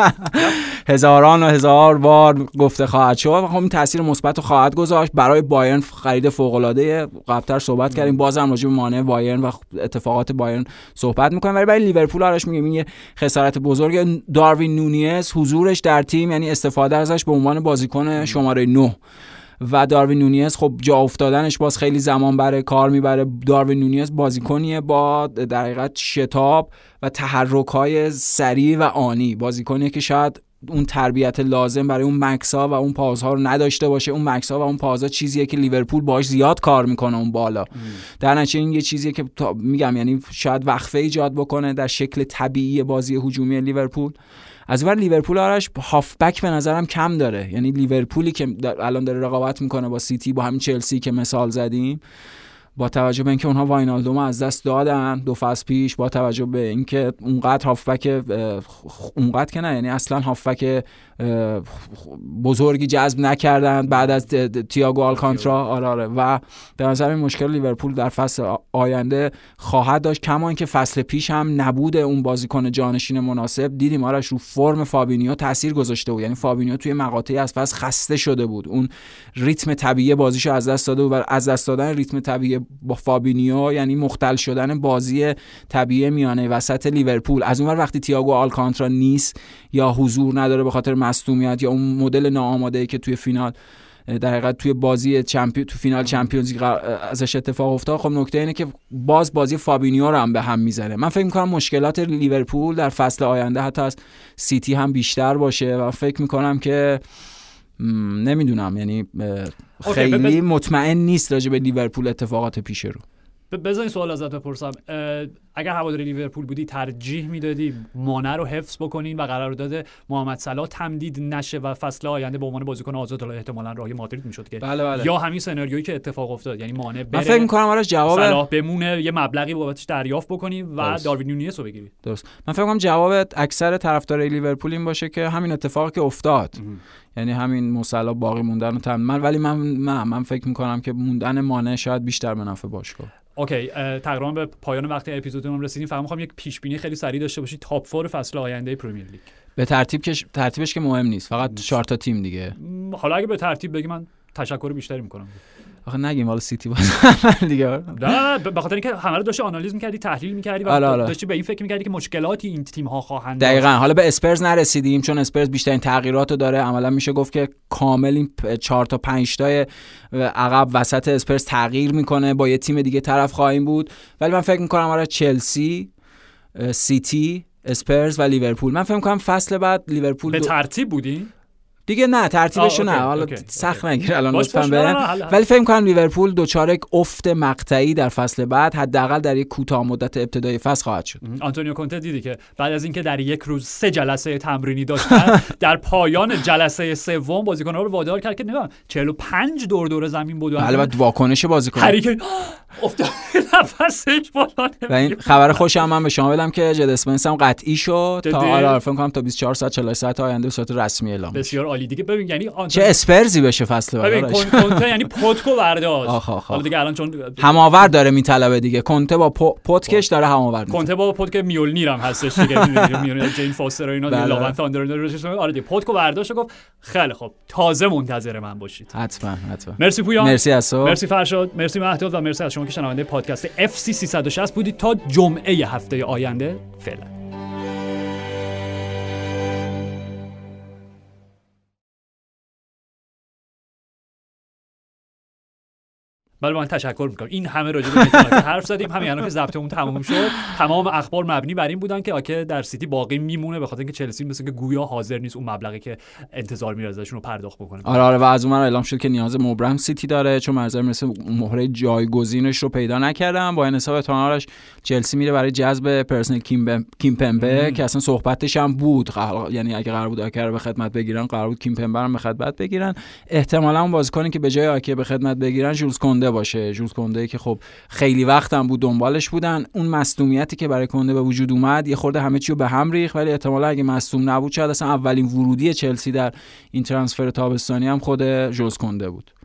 هزاران و هزار بار گفته خواهد شد، خب این تاثیر مثبت خواهد گذاشت. برای بایرن خرید فوق العاده، قبلتر صحبت کردیم، بازم راجع به مانع بایرن و اتفاقات بایرن صحبت می‌کنیم. ولی برای لیورپول آرش میگم این یه خسارت بزرگه. داروین نونیز حضورش در تیم یعنی استفاده ازش به عنوان بازیکن شماره 9 و داروین نونیز خب جا افتادنش باز خیلی زمان بره، کار میبره. داروین نونیز بازیکنیه با در حقیقت شتاب و تحرک‌های سریع و آنی، بازیکنیه که شاید اون تربیت لازم برای اون مکس‌ها و اون پازها رو نداشته باشه. اون مکس‌ها و اون پازها چیزیه که لیورپول باهاش زیاد کار میکنه اون بالا. در نتیجه این یه چیزیه که میگم یعنی شاید وقفه ایجاد بکنه در شکل طبیعی بازی هجومی لیورپول. از اون لیورپول آرش هافبک به نظرم کم داره، یعنی لیورپولی که الان داره رقابت میکنه با سیتی، با همین چلسی که مثال زدیم، با توجه به اینکه اونها واینالدوم از دست دادن 2 فصل پیش، با توجه به اینکه اونقدر هافبک اونقدر که نه، یعنی اصلا هافبک بزرگی جذب نکردن بعد از تییاگو آلکانتارا. آره و به نظر این مشکل لیورپول در فصل آینده خواهد داشت. کما اینکه فصل پیش هم نبود اون بازیکن جانشین مناسب دیدیم آرش رو فرم فابینیو تاثیر گذاشته بود. یعنی فابینیو توی مقاطعی از فصل خسته شده بود، اون ریتم طبیعی بازیشو از دست داده بود و از دست دادن ریتم طبیعی با فابینیو یعنی مختل شدن بازی طبیعی میانه وسط لیورپول. از اونور وقتی تییاگو آلکانتارا نیست یا حضور نداره به خاطر مصدومیت یا اون مدل ناآماده‌ای که توی فینال در حقیقت توی بازی تو فینال چمپیونز لیگ ازش اتفاق افتاد، خب نکته اینه که باز بازی فابینیو رو هم به هم میزنه. من فکر می‌کنم مشکلات لیورپول در فصل آینده حتی از سیتی هم بیشتر باشه و فکر می‌کنم که نمیدونم یعنی خیلی مطمئن نیست راجع به لیورپول اتفاقات پیش رو. بذار این سوال ازت بپرسم، اگر هواداری لیورپول بودی ترجیح میدادی مانع رو حفظ بکنین و قرارداد محمد صلاح تمدید نشه و فصل آینده به عنوان بازیکن آزاد احتمالاً راهی مادرید میشد که بله. یا همین سناریویی که اتفاق افتاد، یعنی مانع بره، من فکر می‌کنم آره جواب صلاح بمونه، یه مبلغی بابتش دریافت بکنی و داروین نونیز رو بگیری. درست. من فکر می‌کنم جواب اکثر طرفدارای لیورپول این باشه که همین اتفاقی که افتاد، یعنی همین مصلا باقی موندن و ولی من فکر می‌کنم که موندن مانع شاید بیشتر به نفع باشگاه. اوکی، تقریبا به پایان وقت اپیزودمون رسیدیم. فقط می‌خوام یک پیش بینی خیلی سریع داشته باشی تاپ 4 فصل آینده پرمیر لیگ. به ترتیبش که مهم نیست، فقط 4 تا تیم دیگه. حالا اگه به ترتیب بگی من تشکر بیشتری می‌کنم. آخه نگیم حالا سیتی باز دیگه. نه به خاطر اینکه همه رو داشتی آنالیز می‌کردی، تحلیل می‌کردی و داشتی به این فکر می‌کردی که مشکلاتی این تیم‌ها خواهند داشت. دقیقاً. حالا به اسپرز نرسیدیم چون اسپرز بیشترین تغییراتو داره. عملاً میشه گفت که کامل این 4 تا 5 تا عقب وسط اسپرز تغییر میکنه، با یه تیم دیگه طرف خواهیم بود. ولی من فکر می‌کنم آره چلسی، سیتی، اسپرز و لیورپول. من فکر می‌کنم فصل بعد لیورپول به ترتیب بودین دیگه، نه ترتیبشو نه، حالا سخت نگیر الان لطفاً برم. ولی فکر می‌کنم لیورپول دوچار یک افت مقطعی در فصل بعد حداقل در یک کوتاه مدت ابتدای فصل خواهد شد. آنتونیو کونته دیدی که بعد از اینکه در یک روز 3 جلسه تمرینی داشتن در پایان جلسه سوم بازیکن‌ها رو وادار کرد که نگاه 45 دور زمین بود. البته واکنش بازیکن هریکن افتاد نفسش بالا. و این خبر خوشم من به شما بدم که جد اسپنس هم قطعی شد تا آره فکر کنم تا 24 ساعت 48 ساعت آینده به صورت رسمی اعلام بشه. بسیار عالی دیگه. ببین یعنی چه اسپرزی بشه فصل بعد. ببین کونته یعنی پتکو برداشت. حالا دیگه الان چون هماور داره میطلبه دیگه، کونته با پتکش داره هماور. کونته با پتک میولنیر هم هستش دیگه، میولنیر جین فاستر و اینا لاون تاندر رو آره دیگه پتکو برداشت و گفت خیلی خوب تازه منتظر من باشید. حتما. مرسی پویان، مرسی اسو، مرسی فرشاد، مرسی مهداد و مرسی از شما که شنونده پادکست FC 360 بودید. تا جمعه هفته آینده فعلا. بله من تشکر میکنم. این همه راجع به آکه حرف زدیم، همین الان که ضبطمون تموم شد تمام اخبار مبنی بر این بودن که آکه در سیتی باقی میمونه به خاطر اینکه چلسی مثل که گویا حاضر نیست اون مبلغی که انتظار میره ازشون رو پرداخت بکنه. آره و از اونور اعلام شد که نیاز مبرم سیتی داره، چون مرزر مثل مهره جایگزینش رو پیدا نکردن. با این حساب احتمالش چلسی میره برای جذب پرسنل کیمپمبه که اصلا صحبتش هم بود، یعنی اگه قرار بود آکه رو به خدمت بگیرن قرار بود کیمپمبه رو به خدمت بگیرن. احتمالاً اون بازیکنی که به جای آکه به خدمت بگیرن ژولز کنده باشه. ژولز کنده که خب خیلی وقت هم بود دنبالش بودن. اون مصدومیتی که برای کنده به وجود اومد یه خورده همه چی رو به هم ریخت، ولی احتمالاً اگه مصدوم نبود شاید اصلا اولین ورودی چلسی در این ترانسفر تابستانی هم خود ژولز کنده بود.